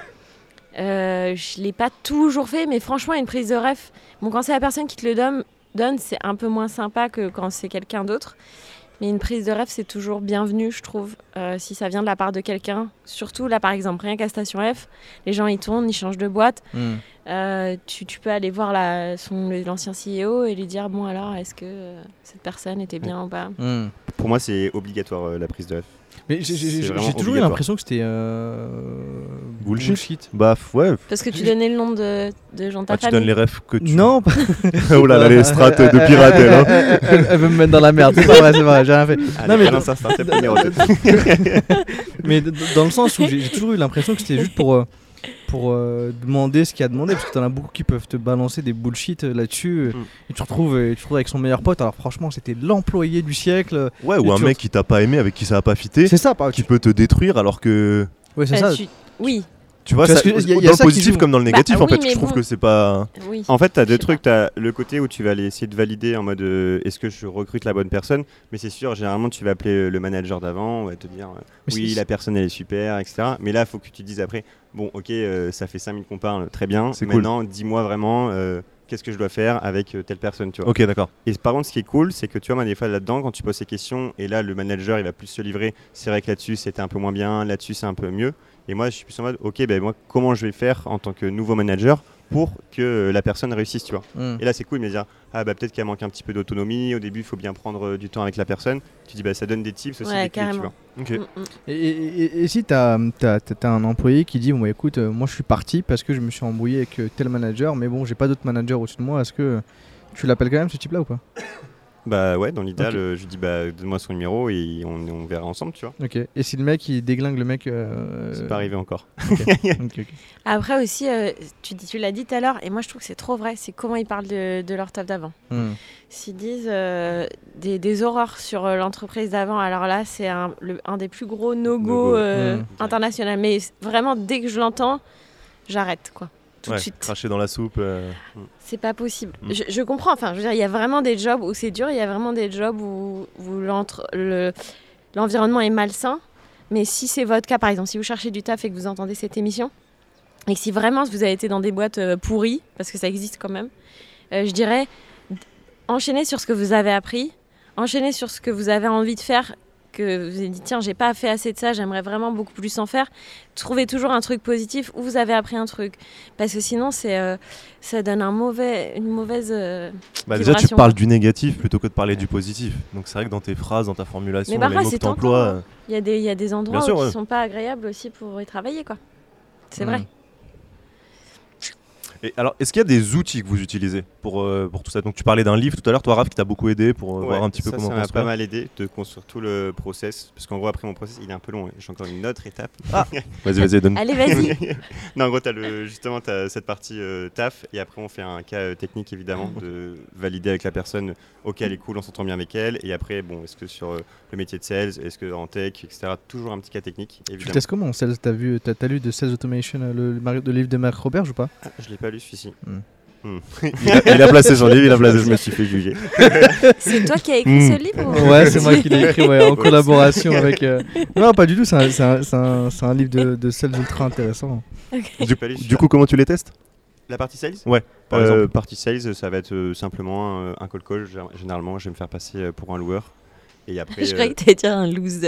Je l'ai pas toujours fait, mais franchement, une prise de ref, bon, quand c'est la personne qui te le donne, c'est un peu moins sympa que quand c'est quelqu'un d'autre. Mais une prise de ref, c'est toujours bienvenu, je trouve, si ça vient de la part de quelqu'un. Surtout là, par exemple, rien qu'à Station F, les gens ils tournent, ils changent de boîte. Tu peux aller voir l'ancien CEO et lui dire bon alors, est-ce que cette personne était bien ou pas? Pour moi, c'est obligatoire la prise de F. Mais C'est j'ai vraiment toujours eu obligatoire. l'impression que c'était Bullshit. Bah ouais. Parce que tu donnais le nom de gens de ta Ah, tu famille. donnes les refs que tu. Non, Oh là là, les strates de pirate, elle, hein. elle veut me mettre dans la merde. C'est pas vrai, j'ai rien fait. Allez, mais- balance un startup numéro 2. Mais dans le sens où j'ai toujours eu l'impression que c'était juste pour demander ce qu'il y a à demander, parce que t'en as beaucoup qui peuvent te balancer des bullshit là-dessus, et tu te retrouves avec son meilleur pote. Alors franchement, c'était l'employé du siècle. Ouais, Et ou un tu mec qui t'a pas aimé, avec qui ça a pas fité, C'est ça, qui peut te détruire alors que. Ouais, c'est ça. Oui, Tu vois, Tu vois ça, ce que- y a dans le ça qui positif joue. comme dans le négatif, Bah, en fait, oui, mais je trouve bon. que c'est pas. oui. En fait, tu as Je deux sais trucs. Tu as le côté où tu vas aller essayer de valider en mode est-ce que je recrute la bonne personne. Mais c'est sûr, généralement, tu vas appeler le manager d'avant, on va te dire Mais oui, c'est- la personne elle est super, etc. Mais là, il faut que tu te dises après bon, ok, ça fait 5 minutes qu'on parle, très bien. C'est cool. Maintenant, dis-moi vraiment qu'est-ce que je dois faire avec telle personne, tu vois. Ok, d'accord. Et par contre, ce qui est cool, c'est que tu vois, moi, des fois là-dedans, quand tu poses ces questions, et là, le manager, il va plus se livrer. C'est vrai que là-dessus, c'était un peu moins bien, là-dessus, c'est un peu mieux. Et moi, je suis plus en mode, ok, ben moi, comment je vais faire en tant que nouveau manager pour que la personne réussisse, tu vois. Mm. Et là, c'est cool de me dire, ah bah peut-être qu'elle manque un petit peu d'autonomie. Au début, il faut bien prendre du temps avec la personne. Tu dis, bah ça donne des tips aussi, Ouais, des clés, tu carrément. vois. Ok. Et si t'as un employé qui dit bon, bah, écoute, moi je suis parti parce que je me suis embrouillé avec tel manager, mais bon, j'ai pas d'autres managers au-dessus de moi, est-ce que tu l'appelles quand même ce type-là ou pas? Bah ouais, dans l'idéal, Ok. je lui dis donne-moi son numéro et on verra ensemble, tu vois. Ok. Et si le mec il déglingue le mec. C'est pas arrivé encore. Ok. Après aussi, tu l'as dit tout à l'heure, et moi je trouve que c'est trop vrai, c'est comment ils parlent de leur taf d'avant. S'ils disent des horreurs sur l'entreprise d'avant, alors là c'est un des plus gros no-go international. Mais vraiment, dès que je l'entends, j'arrête quoi. Tout de suite. Cracher dans la soupe. C'est pas possible. Je comprends, enfin, je veux dire, il y a vraiment des jobs où c'est dur, il y a vraiment des jobs où l'environnement est malsain. Mais si c'est votre cas, par exemple, si vous cherchez du taf et que vous entendez cette émission, et que si vraiment vous avez été dans des boîtes pourries, parce que ça existe quand même, je dirais, enchaînez sur ce que vous avez appris, enchaînez sur ce que vous avez envie de faire, que vous avez dit, tiens, j'ai pas fait assez de ça, j'aimerais vraiment beaucoup plus en faire. Trouvez toujours un truc positif où vous avez appris un truc. Parce que sinon, ça donne une mauvaise Déjà, tu vibration. parles du négatif plutôt que de parler du positif. Donc, c'est vrai que dans tes phrases, dans ta formulation, Mais les parfois, mots que c'est tu emploies. tentant, hein. Il y a des endroits Bien sûr, qui sont pas agréables aussi pour y travailler, quoi. C'est vrai. Et alors, est-ce qu'il y a des outils que vous utilisez pour tout ça? Donc, tu parlais d'un livre tout à l'heure, toi, Raph, qui t'a beaucoup aidé pour voir un petit peu comment ça m'a construire. pas mal aidé de construire tout le process. Parce qu'en gros, après mon process, il est un peu long. J'ai encore une autre étape. Vas-y, donne. Allez, vas-y. Non, en gros, t'as cette partie taf. Et après, on fait un cas technique, évidemment, de valider avec la personne. Ok, elle est cool, on s'entend bien avec elle. Et après, bon, est-ce que sur le métier de sales, est-ce que en tech, etc. Toujours un petit cas technique, Tu évidemment. testes comment en sales? T'as lu de Sales Automation, le livre de Marc Roberge ou pas? Ah, je l'ai pas lu celui-ci. Il a placé son livre, Je me suis fait juger. C'est toi qui as écrit ce livre ou... Ouais, c'est moi qui l'ai écrit en collaboration avec. Non, pas du tout, c'est un livre de sales ultra intéressant. Du coup, comment tu les testes? La partie sales? Ouais, par exemple. Partie sales, ça va être simplement un cold call. Généralement, je vais me faire passer pour un loueur. Et après, Je croyais que tu allais dire un loser.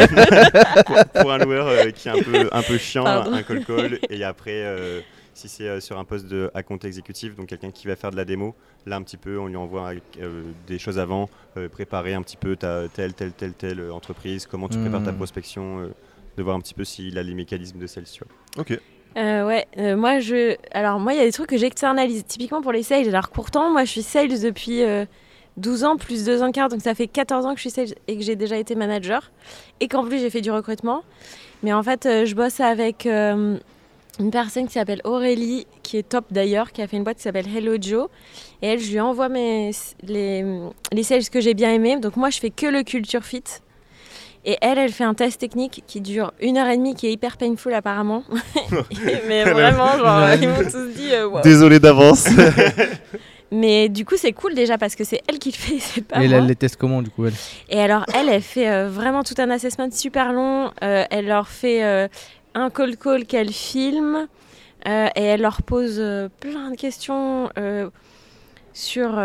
pour un loueur qui est un peu chiant, Pardon. un cold call. Et après, si c'est sur un poste de account exécutif, donc quelqu'un qui va faire de la démo, là un petit peu, on lui envoie des choses avant, préparer un petit peu ta telle entreprise, comment tu prépares ta prospection, de voir un petit peu s'il a les mécanismes de sales, tu vois. Ok. Moi, il y a des trucs que j'externalise, typiquement pour les sales. Alors, pourtant, moi, je suis sales depuis 12 ans, plus 2 ans et quart, donc ça fait 14 ans que je suis sales et que j'ai déjà été manager, et qu'en plus, j'ai fait du recrutement. Mais en fait, je bosse avec une personne qui s'appelle Aurélie, qui est top d'ailleurs, qui a fait une boîte qui s'appelle Hello Joe. Et elle, je lui envoie les sales que j'ai bien aimés. Donc, moi, je fais que le culture fit. Et elle fait un test technique qui dure 1h30, qui est hyper painful apparemment. Mais vraiment, genre, ils m'ont tous dit wow. Désolé d'avance. Mais du coup, c'est cool déjà parce que c'est elle qui le fait, c'est pas Et moi. elle les teste comment du coup elle? Et alors, elle fait vraiment tout un assessment super long. Elle leur fait un cold call qu'elle filme. Et elle leur pose plein de questions sur...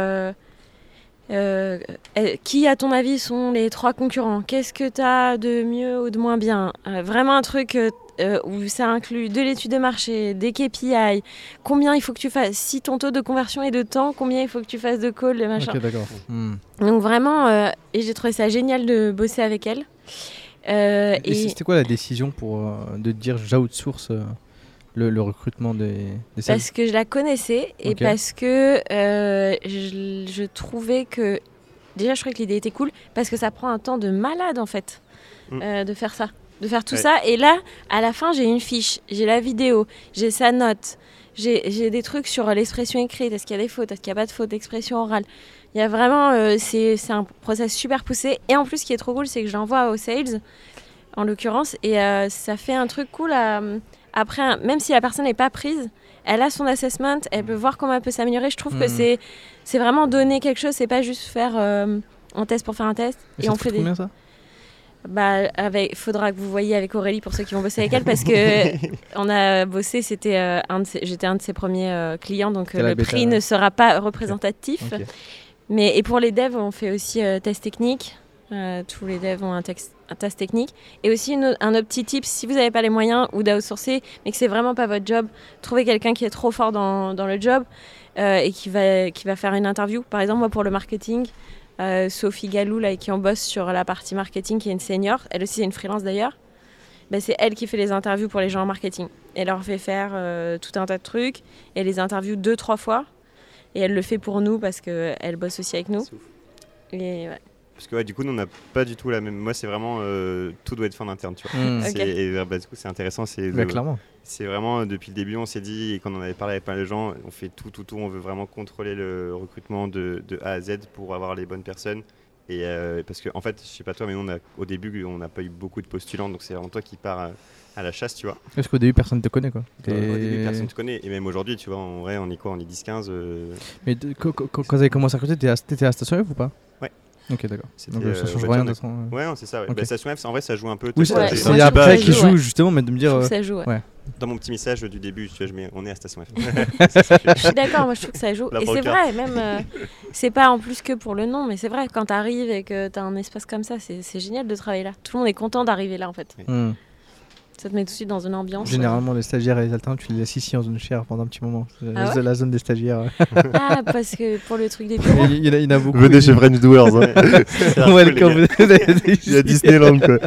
qui, à ton avis, sont les 3 concurrents? Qu'est-ce que tu as de mieux ou de moins bien? Vraiment un truc où ça inclut de l'étude de marché, des KPI, combien il faut que tu fasses, si ton taux de conversion est de temps, combien il faut que tu fasses de calls, machin. Ok, d'accord. Donc vraiment, et j'ai trouvé ça génial de bosser avec elle. Et c'était quoi la décision de dire j'outsource le recrutement des sales? Parce que je la connaissais et parce que je trouvais que... Déjà, je trouvais que l'idée était cool parce que ça prend un temps de malade, en fait, de faire ça. De faire tout ça. Et là, à la fin, j'ai une fiche, j'ai la vidéo, j'ai sa note, j'ai des trucs sur l'expression écrite. Est-ce qu'il y a des fautes? Est-ce qu'il n'y a pas de fautes? L'expression orale. Il y a vraiment... c'est un process super poussé. Et en plus, ce qui est trop cool, c'est que je l'envoie aux sales, en l'occurrence. Et ça fait un truc cool après, même si la personne n'est pas prise, elle a son assessment, elle peut voir comment elle peut s'améliorer. Je trouve que c'est vraiment donner quelque chose, c'est pas juste faire un test pour faire un test. Et on fait combien ça? Faudra que vous voyiez avec Aurélie pour ceux qui vont bosser avec elle parce que on a bossé, j'étais un de ses premiers clients, donc le prix ne sera pas représentatif. Okay. Et pour les devs, on fait aussi test technique. Tous les devs ont un test technique. Et aussi un autre petit tip, si vous n'avez pas les moyens ou d'outsourcer, mais que c'est vraiment pas votre job, trouvez quelqu'un qui est trop fort dans le job et qui va faire une interview. Par exemple, moi pour le marketing, Sophie Galou, là, avec qui on bosse sur la partie marketing, qui est une senior, elle aussi c'est une freelance d'ailleurs, c'est elle qui fait les interviews pour les gens en marketing. Elle leur fait faire tout un tas de trucs, et elle les interview 2-3 fois, et elle le fait pour nous parce qu'elle bosse aussi avec nous. Et ouais. Parce que du coup, nous, on n'a pas du tout la même. Moi, c'est vraiment tout doit être fait en interne, tu vois. Mm. Ok. Et du coup, c'est intéressant. Clairement. C'est vraiment depuis le début, on s'est dit, et quand on en avait parlé avec pas mal de gens, on fait tout. On veut vraiment contrôler le recrutement de A à Z pour avoir les bonnes personnes. Et parce que, en fait, je sais pas toi, mais nous, au début, on n'a pas eu beaucoup de postulants, donc c'est vraiment toi qui pars à la chasse, tu vois. Parce qu'au début, personne ne te connaît, quoi. Au début, personne ne te connaît. Et même aujourd'hui, tu vois, en vrai, on est quoi? On est 10-15. Mais quand vous avez commencé à recruter, t'étais à Station F ou pas? Ouais. Ok, d'accord. C'était, Donc ça change rien de toute façon. Ouais, non, c'est ça. Ouais. Ok. Bah, Station F, en vrai, ça joue un peu. Oui, Ouais, c'est ouais. après Ça qui joue, joue ouais. justement, mais de me Je dire. trouve que ça joue. Ouais. Dans mon petit message du début, tu vois, je mets on est à Station F. Je suis d'accord, moi je trouve que ça joue. La Et c'est pancarte. vrai, même, c'est pas en plus que pour le nom, mais c'est vrai, quand t'arrives et que t'as un espace comme ça, c'est génial de travailler là. Tout le monde est content d'arriver là en fait. Hmm. Ça te met tout de suite dans une ambiance. Généralement, les stagiaires et les alternants, tu les laisses ici en zone chère pendant un petit moment. C'est Ah ouais la zone des stagiaires. Ah, parce que pour le truc des bureaux. Il y en a beaucoup. Venez chez French Doers. Hein. Welcome. Il y a Disneyland, quoi.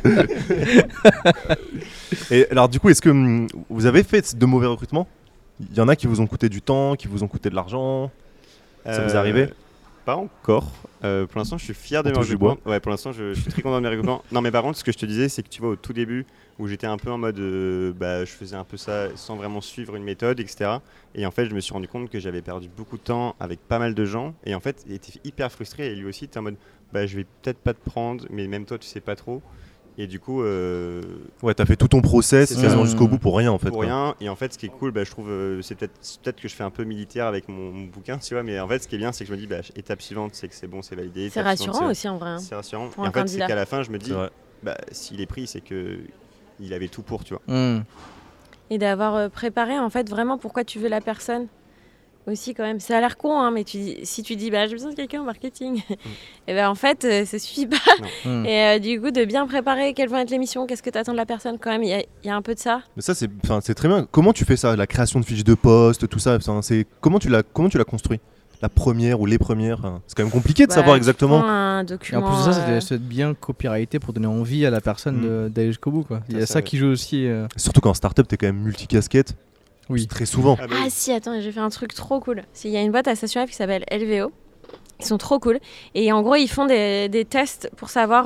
Et alors, du coup, est-ce que vous avez fait de mauvais recrutements? Il y en a qui vous ont coûté du temps, qui vous ont coûté de l'argent. Ça vous est arrivé? Pas encore. Pour l'instant, je suis fier de On mes touche du recrutements. Ouais, pour l'instant, je suis très content de mes recrutements. Non, mais par contre, ce que je te disais, c'est que tu vois, au tout début, où j'étais un peu en mode, je faisais un peu ça sans vraiment suivre une méthode, etc. Et en fait, je me suis rendu compte que j'avais perdu beaucoup de temps avec pas mal de gens. Et en fait, il était hyper frustré. Et lui aussi, était en mode, je vais peut-être pas te prendre, mais même toi, tu sais pas trop. Et du coup, Ouais, t'as fait tout ton process C'est ça. quasiment jusqu'au bout pour rien, en fait. pour quoi. rien. Et en fait, ce qui est cool, je trouve, c'est peut-être que je fais un peu militaire avec mon bouquin, tu vois. Mais en fait, ce qui est bien, c'est que je me dis, étape suivante, c'est que c'est bon, c'est validé. C'est Étape suivante, rassurant aussi en vrai. Hein. C'est rassurant. pour Et un en fait, c'est candidat. qu'à la fin, je me C'est dis, vrai. s'il est pris, c'est que il avait tout pour, tu vois. Hmm. Et d'avoir préparé en fait vraiment pourquoi tu veux la personne aussi quand même. Ça a l'air con, hein, mais si tu dis j'ai besoin de quelqu'un en marketing, et ben en fait ça suffit pas. Hmm. Et du coup de bien préparer quelles vont être les missions, qu'est-ce que tu attends de la personne quand même, il y a un peu de ça. Mais ça, c'est très bien. Comment tu fais ça? La création de fiches de poste, tout ça, comment tu l'as construit? La première ou les premières? C'est quand même compliqué de Bah, savoir tu exactement. prends un Et document. en plus de ça, c'est d'être bien copyrighté pour donner envie à la personne d'aller jusqu'au bout, quoi. Il y a Ça, ça ouais. qui joue aussi. Surtout qu'en startup, t'es quand même multicasquette. Oui. Très souvent. Ah bah Ah oui. si, attends, j'ai fait un truc trop cool. Il y a une boîte à Station F qui s'appelle LVO. Ils sont trop cool. Et en gros, ils font des tests pour savoir...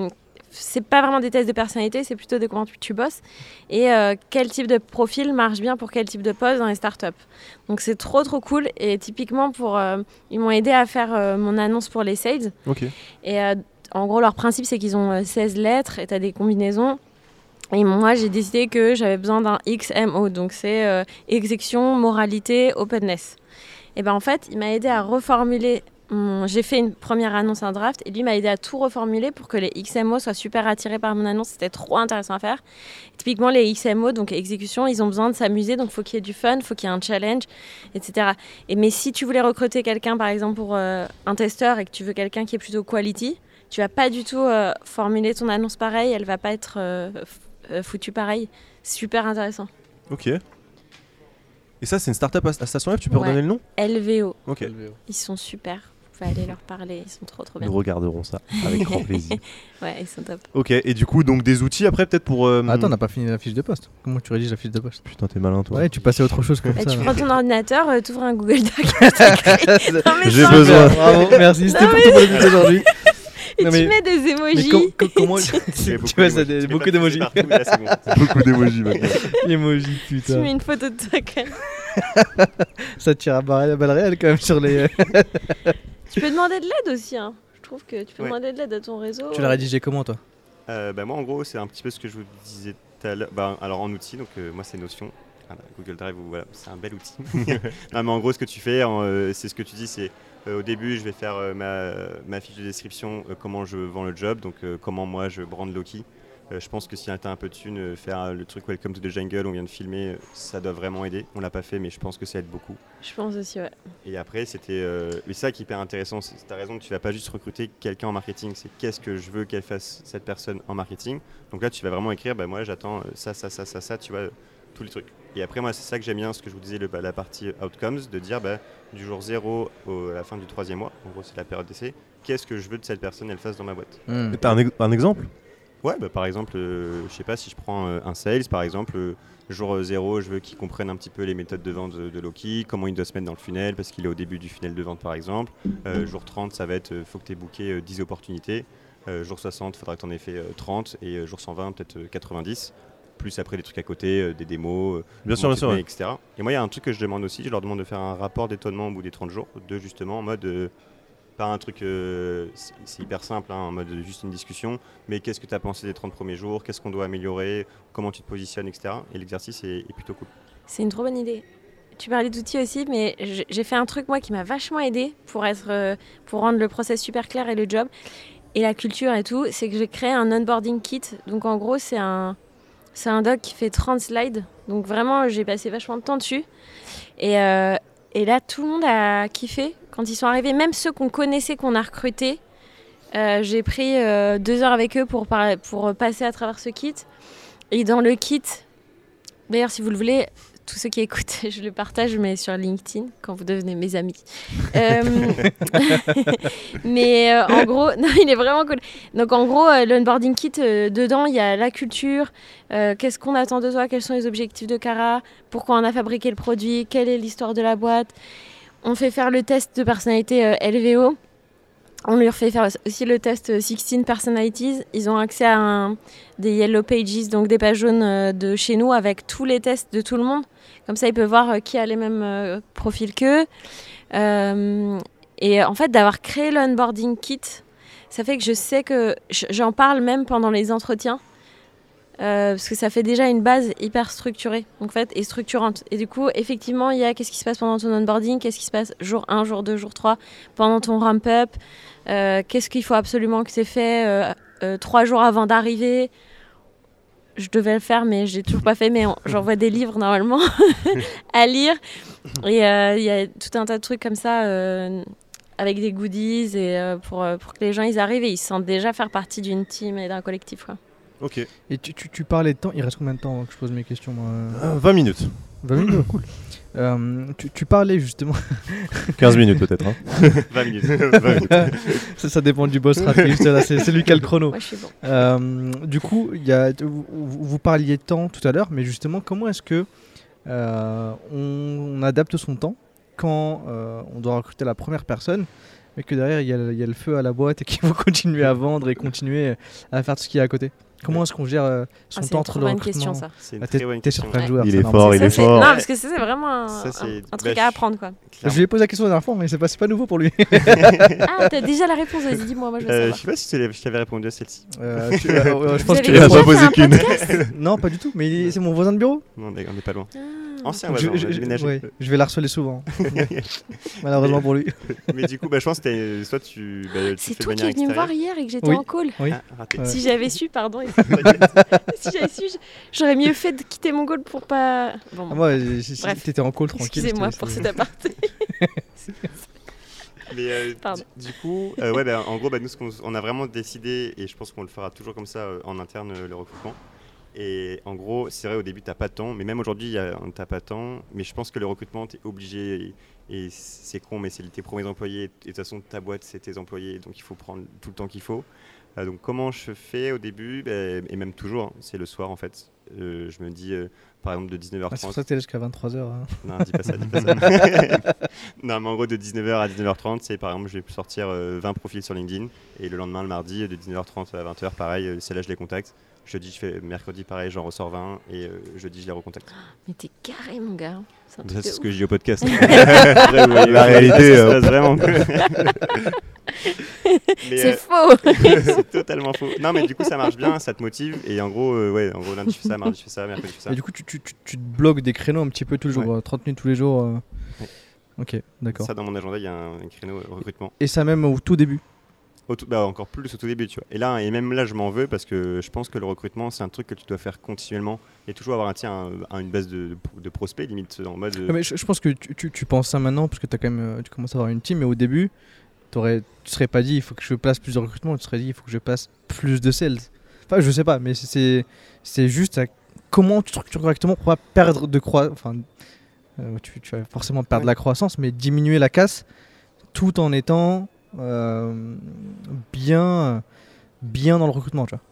c'est pas vraiment des tests de personnalité, c'est plutôt de comment tu bosses. Et quel type de profil marche bien pour quel type de poste dans les startups. Donc c'est trop cool. Et typiquement, ils m'ont aidé à faire mon annonce pour les sales. Ok. Et en gros, leur principe, c'est qu'ils ont 16 lettres et tu as des combinaisons. Et moi, j'ai décidé que j'avais besoin d'un XMO, donc c'est exécution, moralité, openness. Et ben en fait, il m'a aidé à reformuler. J'ai fait une première annonce, un draft, et lui m'a aidé à tout reformuler pour que les XMO soient super attirés par mon annonce. C'était trop intéressant à faire. Typiquement, les XMO, donc exécution, ils ont besoin de s'amuser, donc il faut qu'il y ait du fun, il faut qu'il y ait un challenge, etc. Mais si tu voulais recruter quelqu'un, par exemple, pour un testeur, et que tu veux quelqu'un qui est plutôt quality, tu vas pas du tout formuler ton annonce pareil, elle va pas être foutue pareil. Super intéressant. Ok. Et ça, c'est une startup à Station F, tu peux Ouais. redonner le nom? LVO, Ok. ils sont super. Vous pouvez aller leur parler, ils sont trop bien. Nous regarderons ça avec grand plaisir. Ouais, ils sont top. Ok, et du coup, donc des outils après, peut-être pour. Attends, on n'a pas fini la fiche de poste. Comment tu rédiges la fiche de poste? Putain, t'es malin, toi. Ouais, tu passais à autre chose comme Et ça. tu là. prends ton ordinateur, t'ouvres un Google Doc. Non, mais J'ai sans- besoin. Bravo, merci. C'était Non, pour mais- tout pour le aujourd'hui. Et Non, tu mais- mets des Mais emojis. comment Il y a tu beaucoup vois ça, d'émojis. beaucoup Tu peux pas d'émojis. pousser partout, là, c'est bon. Beaucoup d'émojis maintenant. Emojis, Tu putain. mets une photo de toi quand même. Ça tire à balle réelle quand même sur les. Tu peux demander de l'aide aussi. Hein. Je trouve que tu peux Ouais. demander de l'aide à ton réseau. Tu l'as rédigé comment toi? Moi, en gros, c'est un petit peu ce que je vous disais tout à l'heure. Alors, en outil, donc moi, c'est Notion. Voilà, Google Drive, voilà, c'est un bel outil. Non, mais en gros, ce que tu fais, c'est ce que tu dis, c'est au début, je vais faire ma fiche de description, comment je vends le job, donc comment moi je brande Loki. Je pense que si tu as un peu de thune, faire le truc Welcome to the Jungle, on vient de filmer, ça doit vraiment aider. On l'a pas fait, mais je pense que ça aide beaucoup. Je pense aussi, ouais. Et après, c'était. Mais c'est ça qui est hyper intéressant. Tu as raison que tu vas pas juste recruter quelqu'un en marketing. C'est qu'est-ce que je veux qu'elle fasse cette personne en marketing. Donc là, tu vas vraiment écrire moi, j'attends ça, tu vois, tous les trucs. Et après, moi, c'est ça que j'aime bien, ce que je vous disais, la partie outcomes, de dire du jour 0 à la fin du 3e mois, en gros, c'est la période d'essai, qu'est-ce que je veux de cette personne, elle fasse dans ma boîte. T'as un exemple? Ouais, par exemple, je sais pas si je prends un sales, par exemple, jour 0, je veux qu'il comprenne un petit peu les méthodes de vente de Loki, comment il doit se mettre dans le funnel, parce qu'il est au début du funnel de vente, par exemple. Jour 30, ça va être, faut que tu aies booké 10 opportunités. Jour 60, il faudra que tu en aies fait 30. Et jour 120, peut-être 90. Plus après des trucs à côté, des démos, Bien sûr, etc. Et moi, il y a un truc que je demande aussi, je leur demande de faire un rapport d'étonnement au bout des 30 jours, justement en mode... pas un truc, c'est hyper simple, en mode juste une discussion, mais qu'est-ce que tu as pensé des 30 premiers jours, qu'est-ce qu'on doit améliorer, comment tu te positionnes, etc. Et l'exercice est plutôt cool. C'est une trop bonne idée. Tu parlais d'outils aussi, mais j'ai fait un truc moi qui m'a vachement aidé pour rendre le process super clair et le job et la culture et tout, c'est que j'ai créé un onboarding kit. Donc en gros, c'est un doc qui fait 30 slides. Donc vraiment, j'ai passé vachement de temps dessus. Et là, tout le monde a kiffé quand ils sont arrivés, même ceux qu'on connaissait, qu'on a recrutés. J'ai pris 2 heures avec eux pour passer à travers ce kit. Et dans le kit, d'ailleurs, si vous le voulez, tous ceux qui écoutent, je le partage, mais sur LinkedIn, quand vous devenez mes amis. Mais en gros, non, il est vraiment cool. Donc en gros, l'onboarding kit, dedans, il y a la culture, qu'est-ce qu'on attend de toi, quels sont les objectifs de Cara, pourquoi on a fabriqué le produit, quelle est l'histoire de la boîte. On fait faire le test de personnalité LVO. On lui refait faire aussi le test 16 Personalities. Ils ont accès à des Yellow Pages, donc des pages jaunes de chez nous avec tous les tests de tout le monde. Comme ça, ils peuvent voir qui a les mêmes profils qu'eux. Et en fait, d'avoir créé l'onboarding kit, ça fait que je sais que j'en parle même pendant les entretiens. Parce que ça fait déjà une base hyper structurée en fait, et structurante. Et du coup, effectivement, il y a qu'est-ce qui se passe pendant ton onboarding, qu'est-ce qui se passe jour 1, jour 2, jour 3, pendant ton ramp-up, qu'est-ce qu'il faut absolument que tu aies fait 3 jours avant d'arriver. Je devais le faire, mais j'ai toujours pas fait, mais j'envoie des livres normalement à lire. Et il y a tout un tas de trucs comme ça avec des goodies et pour que les gens ils arrivent et ils se sentent déjà faire partie d'une team et d'un collectif, quoi. Ok. Et tu parlais de temps, il reste combien de temps avant que je pose mes questions moi 20 minutes. 20 minutes, cool. Tu parlais justement. 15 minutes peut-être. 20 minutes. 20 minutes. ça dépend du boss rapide, c'est lui qui a le chrono. Moi, je suis bon. Du coup, vous parliez de temps tout à l'heure, mais justement, comment est-ce que on adapte son temps quand on doit recruter la première personne et que derrière il y a le feu à la boîte et qu'il faut continuer à vendre et continuer à faire tout ce qu'il y a à côté? Comment est-ce qu'on gère son temps entre le recrutement? C'est une trop bonne question, ça. C'est une très bonne T'es question. sur plein de joueurs. Il c'est est normal. fort, il est fort. Non, parce que c'est vraiment un truc à apprendre, quoi. Je lui ai posé la question la dernière fois, mais c'est pas nouveau pour lui. Ah, t'as déjà la réponse, vas-y, dis-moi, moi je veux Je savoir. sais pas si je t'avais répondu à celle-ci. Je pense que tu Vous avez l'as pas pas posé fait un qu'une. podcast Non, pas du tout, mais c'est mon voisin de bureau. Non, on n'est pas loin. Ah. Ancien voisin, on a déménagé. Ouais, je vais l'harceler souvent. Malheureusement pour lui. Mais du coup, je pense que soit tu C'est fais de toi qui manière es venu me voir extérieure. hier et que j'étais Oui. en call. Oui. Ah, raté. Ouais. Si j'avais su, pardon. Si j'avais su, j'aurais mieux fait de quitter mon call pour pas. Bon, Ah, moi, Bref. t'étais en call tranquille. excusez-moi c'était- pour cet aparté. Mais Pardon. du coup, en gros, nous, on a vraiment décidé, et je pense qu'on le fera toujours comme ça en interne, le recrutement. Et en gros, c'est vrai, au début, tu n'as pas de temps, mais même aujourd'hui, tu n'as pas de temps. Mais je pense que le recrutement, tu es obligé, et c'est con, mais c'est tes premiers employés. Et de toute façon, ta boîte, c'est tes employés, donc il faut prendre tout le temps qu'il faut. Donc comment je fais au début, et même toujours, hein, c'est le soir en fait. Je me dis, par exemple, de 19h30. Ah, c'est pour ça que t'es là jusqu'à 23h. Non, dis pas ça, dis pas ça. Non, mais en gros, de 19h à 19h30, c'est par exemple, je vais sortir 20 profils sur LinkedIn. Et le lendemain, le mardi, de 19h30 à 20h, pareil, c'est là je les contacte. Jeudi, je fais mercredi, pareil, j'en ressors 20. Et jeudi, je les recontacte. Mais t'es carré, mon gars. C'est un truc Ça, de c'est ce ouf. que je dis au podcast. Après, vous voyez, La réalité, ça se passe vraiment. Mais, C'est faux. c'est totalement faux. Non, mais du coup, ça marche bien, ça te motive. Et en gros, lundi, je fais ça, mardi, je fais ça, mercredi, je fais ça. Et du coup, tu te bloques des créneaux un petit peu tous les jours, Ouais. 30 minutes tous les jours. Ouais. Ok, d'accord. Ça, dans mon agenda, il y a un créneau recrutement. Et ça même au tout début. Encore plus au tout début, tu vois. Et même là, je m'en veux parce que je pense que le recrutement, c'est un truc que tu dois faire continuellement et toujours avoir une base de prospects, limite, en mode. Mais je pense que tu penses ça maintenant parce que tu commences à avoir une team, mais au début, tu serais pas dit il faut que je place plus de recrutement, tu serais dit il faut que je place plus de sales. Enfin, je sais pas, mais c'est juste comment tu structures correctement pour pas perdre de croissance. Enfin, tu vas forcément perdre la croissance, mais diminuer la casse tout en étant bien dans le recrutement, tu vois.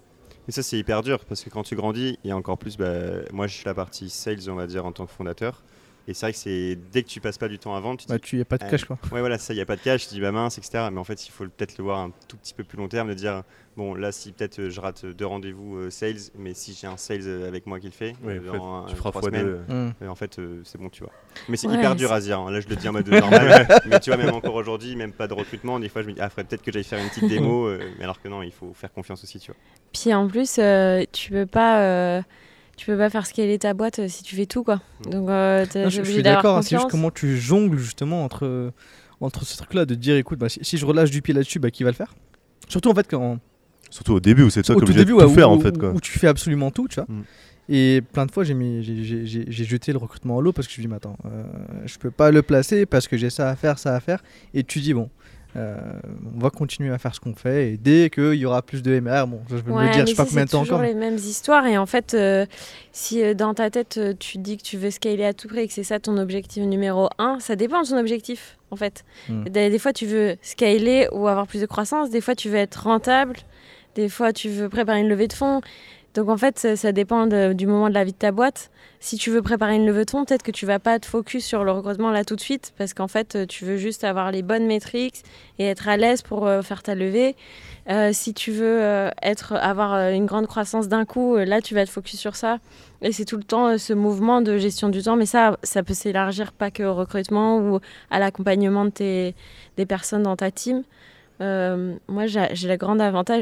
Et ça, c'est hyper dur parce que quand tu grandis, et encore plus, moi je suis la partie sales, on va dire, en tant que fondateur. Et c'est vrai que c'est dès que tu passes pas du temps avant, tu te dis. Tu y a pas de cash quoi. Ouais, voilà, ça, il n'y a pas de cash, tu te dis mince, etc. Mais en fait, il faut peut-être le voir un tout petit peu plus long terme, de dire bon, là, si peut-être je rate 2 rendez-vous sales, mais si j'ai un sales avec moi qui le fait, dans tu feras 3 fois semaines, deux. en fait, c'est bon, tu vois. Mais c'est Ouais, hyper dur à se dire, hein. Là, je le dis en mode normal. Mais tu vois, même encore aujourd'hui, même pas de recrutement, des fois, je me dis, faudrait peut-être que j'aille faire une petite démo. Mais alors que non, il faut faire confiance aussi, tu vois. Puis en plus, tu peux pas faire scaler ta boîte si tu fais tout, quoi. Donc, t'es Je obligé suis d'avoir d'accord, hein, c'est juste confiance. comment tu jongles justement entre ce truc-là de dire écoute, si je relâche du pied là-dessus, qui va le faire. Surtout en fait Surtout au début où c'est toi qui au es tout obligé de début tout faire en où, fait quoi. où tu fais absolument tout, tu vois. Mm. Et plein de fois j'ai jeté le recrutement à l'eau parce que je me dis mais attends, je peux pas le placer parce que j'ai ça à faire. Et tu dis bon, on va continuer à faire ce qu'on fait et dès qu'il y aura plus de MR, bon, je vais me le dire, je sais pas combien de temps c'est toujours encore. les mêmes histoires et en fait, si dans ta tête tu te dis que tu veux scaler à tout prix et que c'est ça ton objectif numéro 1, ça dépend de ton objectif en fait. Des fois tu veux scaler ou avoir plus de croissance, des fois tu veux être rentable, des fois tu veux préparer une levée de fonds. Donc en fait, ça dépend du moment de la vie de ta boîte. Si tu veux préparer une levée de fonds, peut-être que tu vas pas te focus sur le recrutement là tout de suite parce qu'en fait, tu veux juste avoir les bonnes métriques et être à l'aise pour faire ta levée. Si tu veux avoir une grande croissance d'un coup, là, tu vas te focus sur ça. Et c'est tout le temps ce mouvement de gestion du temps. Mais ça peut s'élargir pas que au recrutement ou à l'accompagnement des personnes dans ta team. Moi, j'ai le grand avantage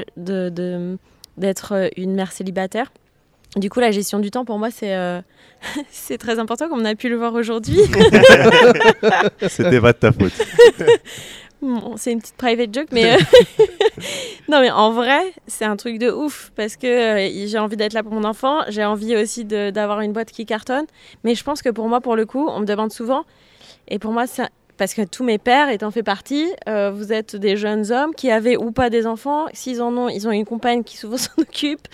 d'être une mère célibataire. Du coup, la gestion du temps, pour moi, c'est très important, comme on a pu le voir aujourd'hui. C'était pas de ta faute. Bon, c'est une petite private joke, mais non, mais en vrai, c'est un truc de ouf parce que j'ai envie d'être là pour mon enfant, j'ai envie aussi d'avoir une boîte qui cartonne. Mais je pense que pour moi, pour le coup, on me demande souvent, et pour moi, parce que tous mes pères, et t'en fais partie, vous êtes des jeunes hommes qui avaient ou pas des enfants. S'ils en ont, ils ont une compagne qui souvent s'en occupe.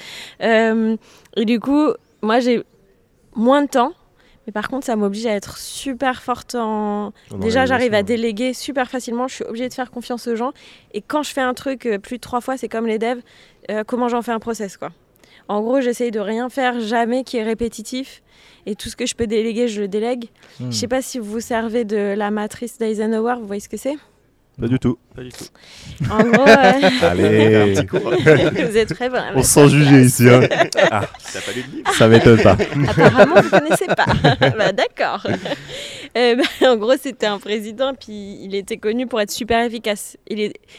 Et du coup, moi, j'ai moins de temps. Mais par contre, ça m'oblige à être super forte Déjà, j'arrive à déléguer super facilement. Je suis obligée de faire confiance aux gens. Et quand je fais un truc plus de 3 fois, c'est comme les devs. Comment j'en fais un process, quoi. En gros, j'essaye de rien faire jamais qui est répétitif. Et tout ce que je peux déléguer, je le délègue. Je sais pas si vous vous servez de la matrice d'Eisenhower. Vous voyez ce que c'est ? Pas du tout. Pas du tout. En gros, Allez, Un petit cours. vous êtes très bon. on se sent jugé ici. Hein. Ah, T'as pas lu de livre? ça m'étonne pas. Apparemment, vous ne connaissez pas. Bah, d'accord. En gros, c'était un président, puis il était connu pour être super efficace. Il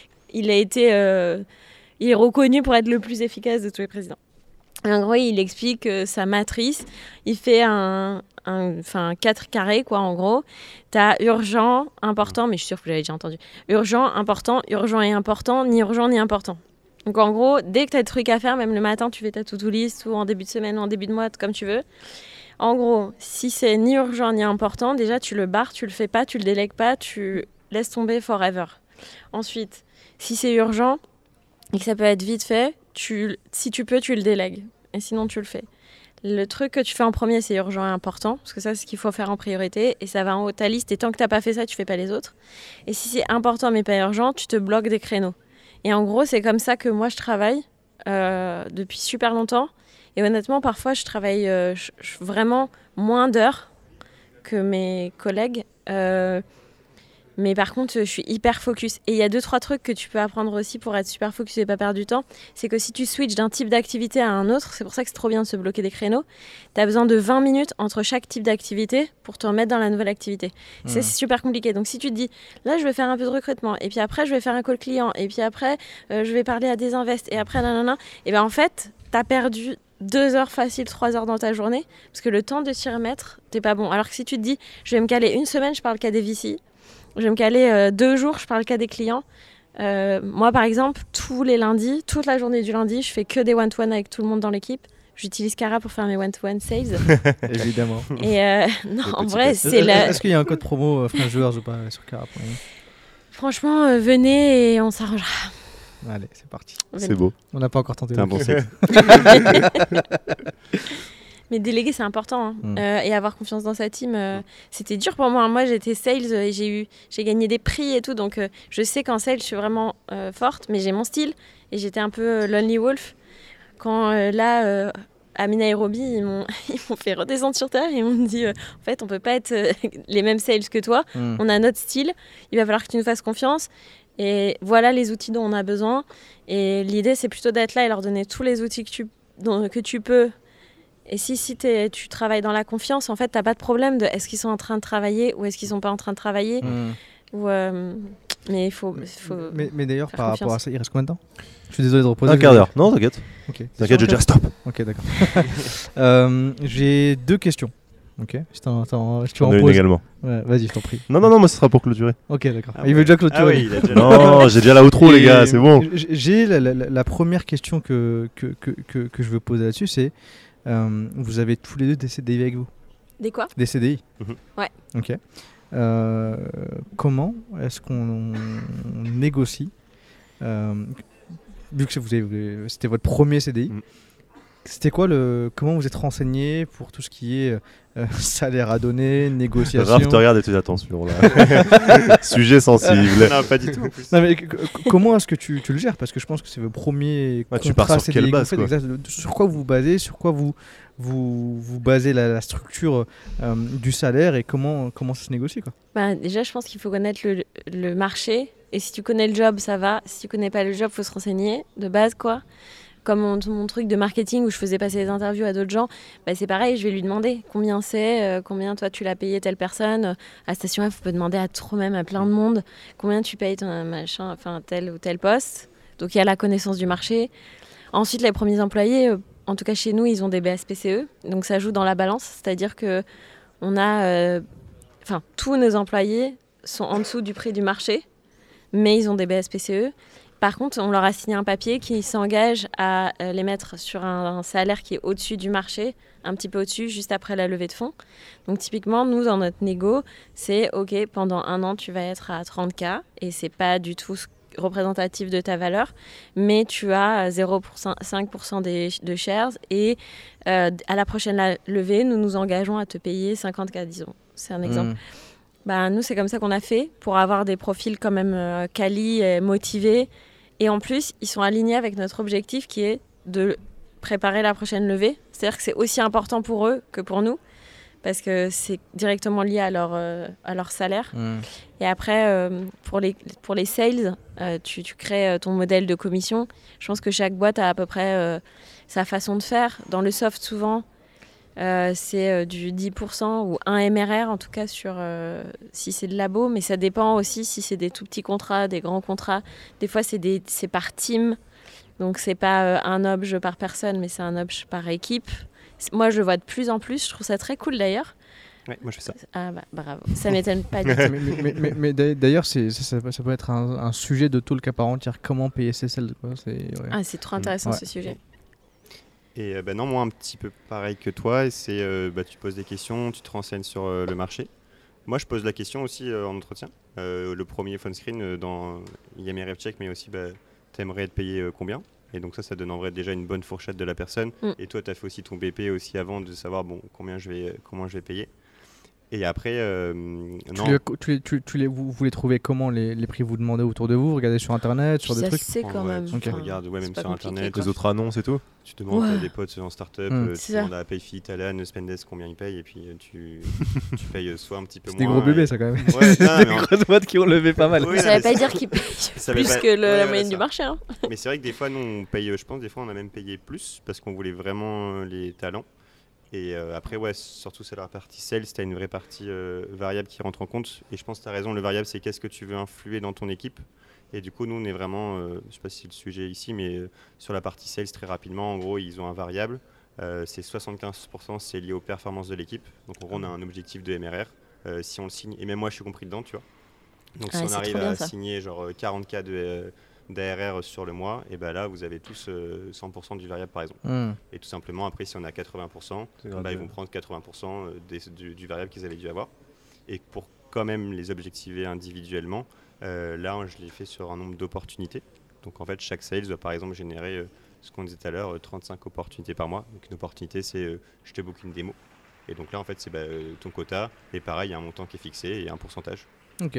est reconnu pour être le plus efficace de tous les présidents. Et en gros, il explique sa matrice. Il fait un 4 carrés, quoi, en gros. Tu as urgent, important, mais je suis sûre que vous l'avez déjà entendu. Urgent, important, urgent et important, ni urgent ni important. Donc en gros, dès que tu as des trucs à faire, même le matin, tu fais ta to-do list ou en début de semaine ou en début de mois, comme tu veux. En gros, si c'est ni urgent ni important, déjà tu le barres, tu le fais pas, tu le délègues pas, tu laisses tomber forever. Ensuite, si c'est urgent et que ça peut être vite fait, si tu peux, tu le délègues. Et sinon, tu le fais. Le truc que tu fais en premier, c'est urgent et important, parce que ça, c'est ce qu'il faut faire en priorité, et ça va en haut de ta liste, et tant que tu n'as pas fait ça, tu fais pas les autres. Et si c'est important mais pas urgent, tu te bloques des créneaux. Et en gros, c'est comme ça que moi, je travaille depuis super longtemps. Et honnêtement, parfois, je travaille vraiment moins d'heures que mes collègues. Mais par contre, je suis hyper focus. Et il y a 2-3 trucs que tu peux apprendre aussi pour être super focus et pas perdre du temps. C'est que si tu switches d'un type d'activité à un autre, c'est pour ça que c'est trop bien de se bloquer des créneaux, tu as besoin de 20 minutes entre chaque type d'activité pour te remettre dans la nouvelle activité. C'est super compliqué. Donc si tu te dis, là, je vais faire un peu de recrutement, et puis après, je vais faire un call client, et puis après, je vais parler à des invests, et après, nanana, et bien en fait, tu as perdu 2 heures facile, 3 heures dans ta journée, parce que le temps de t'y remettre, t'es pas bon. Alors que si tu te dis, je vais me caler une semaine, je parle qu'à des VC, je vais me caler 2 jours, je parle qu'à des clients. Moi, par exemple, tous les lundis, toute la journée du lundi, je fais que des one-to-one avec tout le monde dans l'équipe. J'utilise Cara pour faire mes one-to-one sales. Évidemment. Et non, en vrai, Est-ce qu'il y a un code promo French Joueurs ou pas sur Cara? Franchement, venez et on s'arrangera. Allez, c'est parti. Venez. C'est beau. On n'a pas encore tenté. C'est un bon sexe. Mais déléguer, c'est important. Et avoir confiance dans sa team, c'était dur pour moi. Moi, j'étais sales et j'ai gagné des prix et tout. Donc, je sais qu'en sales, je suis vraiment forte. Mais j'ai mon style. Et j'étais un peu lonely wolf. quand à Minairobi, ils m'ont fait redescendre sur terre et ils m'ont dit en fait, on peut pas être les mêmes sales que toi. On a notre style. Il va falloir que tu nous fasses confiance. Et voilà les outils dont on a besoin. Et l'idée, c'est plutôt d'être là et leur donner tous les outils que tu peux. Et si tu travailles dans la confiance, en fait, tu n'as pas de problème de est-ce qu'ils sont en train de travailler ou est-ce qu'ils ne sont pas en train de travailler. Mais il faut mais d'ailleurs, faire par rapport confiance. à ça, il reste combien de temps? Je suis désolé de reposer. Un quart d'heure. Non, t'inquiète. Ok. T'inquiète, je vais dire stop. Ok, d'accord. J'ai 2 questions. Ok. Je tu J'en en ai une poses. également. Ouais, vas-y, je t'en prie. Non, moi ce sera pour clôturer. Ok, d'accord. Ah Il ouais. veut déjà clôturer. Ah oui, il a déjà Non, j'ai déjà la outro, les gars, c'est bon. J'ai la première question que je veux poser là-dessus, c'est vous avez tous les deux des CDI avec vous? Des quoi? Des CDI? Ouais. Ok. Comment est-ce qu'on négocie vu que c'était votre premier CDI, c'était quoi comment vous êtes renseigné pour tout ce qui est salaire à donner, négociation? Raph te regarde et te dit attention là. Sujet sensible. Non, pas du tout. En plus. Non, mais comment est-ce que tu le gères? Parce que je pense que c'est votre premier Ouais, contrat tu pars sur CDI quelle que vous base, faites, quoi. exact. Sur quoi vous vous basez, sur quoi vous basez la structure du salaire et comment ça se négocie, quoi? Déjà, je pense qu'il faut connaître le marché. Et si tu connais le job, ça va. Si tu connais pas le job, faut se renseigner de base, quoi. Comme mon truc de marketing où je faisais passer des interviews à d'autres gens, c'est pareil, je vais lui demander combien c'est, combien toi tu l'as payé telle personne. À Station F, on peut demander à plein de monde combien tu payes ton machin, enfin tel ou tel poste. Donc il y a la connaissance du marché. Ensuite, les premiers employés, en tout cas chez nous, ils ont des BSPCE, donc ça joue dans la balance, c'est-à-dire que on a, tous nos employés sont en dessous du prix du marché, mais ils ont des BSPCE. Par contre, on leur a signé un papier qui s'engage à les mettre sur un salaire qui est au-dessus du marché, un petit peu au-dessus, juste après la levée de fonds. Donc typiquement, nous, dans notre négo, c'est OK, pendant 1 an, tu vas être à 30K et c'est pas du tout représentatif de ta valeur, mais tu as 0,5% de shares et à la prochaine levée, nous nous engageons à te payer 50K, disons. C'est un exemple. Nous, c'est comme ça qu'on a fait pour avoir des profils quand même quali et motivés. Et en plus, ils sont alignés avec notre objectif qui est de préparer la prochaine levée. C'est-à-dire que c'est aussi important pour eux que pour nous parce que c'est directement lié à leur salaire. Et après, pour les sales, tu crées ton modèle de commission. Je pense que chaque boîte a à peu près sa façon de faire. Dans le soft, souvent, c'est du 10% ou un MRR en tout cas si c'est de labo, mais ça dépend aussi si c'est des tout petits contrats, des grands contrats. Des fois c'est par team, donc c'est pas un objet par personne, mais c'est un objet par équipe. Moi je le vois de plus en plus, je trouve ça très cool d'ailleurs. Ouais, moi je fais ça. Ah bravo, ça m'étonne pas du tout. mais d'ailleurs ça peut être un sujet de tout le cas par entière, comment payer ses sales, quoi. C'est trop intéressant ce sujet. Et non, moi un petit peu pareil que toi, c'est tu poses des questions, tu te renseignes sur le marché. Moi je pose la question aussi en entretien. Le premier phone screen dans IMRF Check, mais aussi t'aimerais être payé combien? Et donc ça donne en vrai déjà une bonne fourchette de la personne. Et toi tu as fait aussi ton BP aussi avant de savoir comment je vais payer. Et après, vous les trouvez comment les prix? Vous demandez autour de vous, vous regardez sur internet, sur des trucs? C'est quand même. Tu regardes même sur internet, Les autres annonces et tout. tu demandes à des potes en start-up, tu ça. demandes à Payfit, Alan, Spendesk combien ils payent, et puis tu payes soit un petit peu C'est moins. des gros bébés ça quand même. Ouais, C'est des grosses boîtes qui ont levé pas mal. Oui, Ça ne veut pas dire qu'ils payent Ça veut plus pas- que ouais, la voilà, moyenne ça. du marché. Hein. Mais c'est vrai que des fois, nous, on paye, je pense, des fois, on a même payé plus parce qu'on voulait vraiment les talents. Et après, surtout c'est la partie sales, tu as une vraie partie variable qui rentre en compte. Et je pense que tu as raison, le variable, c'est qu'est-ce que tu veux influer dans ton équipe. Et du coup, nous, on est vraiment, je ne sais pas si c'est le sujet ici, mais sur la partie sales, très rapidement, en gros, ils ont un variable. C'est 75%, c'est lié aux performances de l'équipe. Donc, en gros, on a un objectif de MRR. Si on le signe, et même moi, je suis compris dedans, tu vois. Donc, si on arrive à signer genre 40K d'ARR sur le mois, et là, vous avez tous 100% du variable, par exemple. Et tout simplement, après, si on a 80%, ils vont prendre 80% du variable qu'ils avaient dû avoir. Et pour quand même les objectiver individuellement, là, je l'ai fait sur un nombre d'opportunités. Donc, en fait, chaque sales doit, par exemple, générer, ce qu'on disait tout à l'heure, 35 opportunités par mois. Donc, une opportunité, c'est je te book une démo. Et donc là, en fait, c'est ton quota. Et pareil, il y a un montant qui est fixé et un pourcentage. Ok.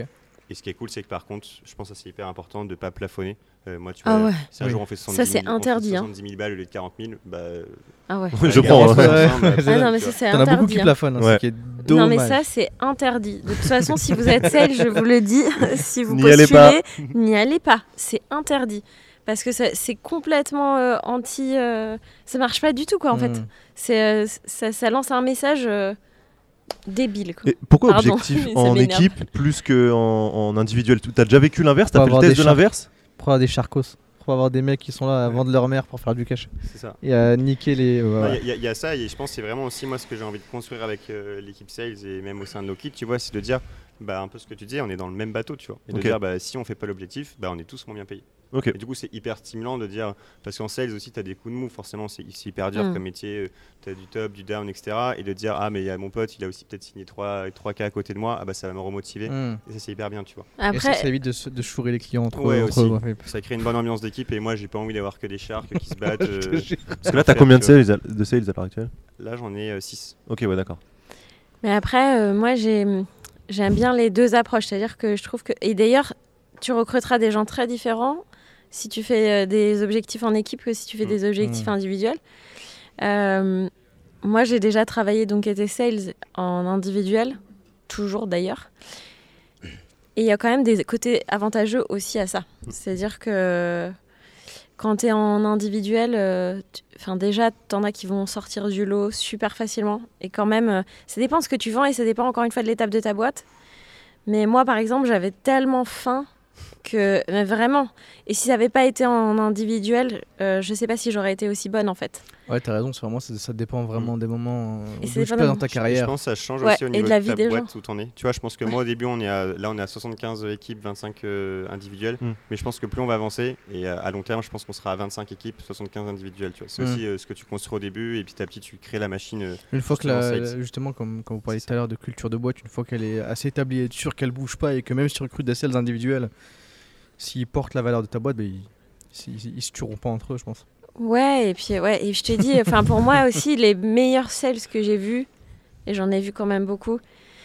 Et ce qui est cool, c'est que par contre, je pense que c'est hyper important de ne pas plafonner. Moi, tu Ah vois, ouais. si un jour on fait 70 Ça, c'est 000, interdit, 70 000 balles au lieu de 40 000, bah. Ah ouais. Je prends. Ouais. Ah non, mais ça, c'est T'en as beaucoup interdit. qui plafonnent, Ouais. ce qui est dommage. Non, mais ça, c'est interdit. De toute façon, si vous êtes sales, je vous le dis, si vous N'y allez postulez, n'y allez pas. C'est interdit. Parce que c'est complètement anti. Ça marche pas du tout, quoi, en fait. Ça lance un message débile, quoi. Et pourquoi Pardon, objectif mais ça en m'énerve. équipe plus qu'en individuel? T'as déjà vécu l'inverse? T'as Pour fait le avoir test des de l'inverse? Pour avoir des charcos. Pour avoir des mecs qui sont là à vendre leur mère pour faire du cash. C'est ça. Et à niquer les. Il y a ça, et je pense que c'est vraiment aussi moi ce que j'ai envie de construire avec l'équipe sales et même au sein de nos kits, tu vois, c'est de dire un peu ce que tu disais, on est dans le même bateau, tu vois. Et de dire si on fait pas l'objectif, on est tous moins bien payés. Ok. Et du coup, c'est hyper stimulant de dire, parce qu'en sales aussi, tu as des coups de mou, forcément, c'est hyper dur comme métier, tu as du top, du down, etc. Et de dire, mais il y a mon pote, il a aussi peut-être signé 3K à côté de moi, ça va me remotiver. Et ça, c'est hyper bien, tu vois. Après, et ça évite de chourer les clients entre Ouais, eux. aussi. Ouais. Ça crée une bonne ambiance d'équipe, et moi, j'ai pas envie d'avoir que des sharks qui se battent. Parce que là, t'as combien de sales à l'heure actuelle? Là, j'en ai 6. Ok, ouais, d'accord. mais après moi, j'aime bien les deux approches. C'est-à-dire que je trouve que. Et d'ailleurs, tu recruteras des gens très différents si tu fais des objectifs en équipe que si tu fais des objectifs individuels. Moi, j'ai déjà travaillé, donc été sales en individuel, toujours d'ailleurs. Et il y a quand même des côtés avantageux aussi à ça. C'est-à-dire que quand tu es en individuel, déjà, t'en as qui vont sortir du lot super facilement. Et quand même, ça dépend de ce que tu vends et ça dépend encore une fois de l'étape de ta boîte. Mais moi, par exemple, j'avais tellement faim mais vraiment. Et si ça n'avait pas été en individuel, je sais pas si j'aurais été aussi bonne en fait. Ouais, t'as raison, ça dépend vraiment des moments où Et tu passes dans ta carrière. Je pense que ça change aussi au niveau de la de vie ta des boîte gens. où t'en es. Tu vois, je pense que moi au début on est à 75 équipes, 25 individuels, mais je pense que plus on va avancer et à long terme, je pense qu'on sera à 25 équipes, 75 individuels. Tu vois, c'est aussi ce que tu construis au début et petit à petit tu crées la machine. Une fois que justement, comme vous parliez tout à l'heure de culture de boîte, une fois qu'elle est assez établie et sûre qu'elle bouge pas et que même si tu recrutes des sales individuels, s'ils portent la valeur de ta boîte, ils se tueront pas entre eux, je pense. Ouais, et je te dis, pour moi aussi, les meilleurs sales que j'ai vus, et j'en ai vu quand même beaucoup,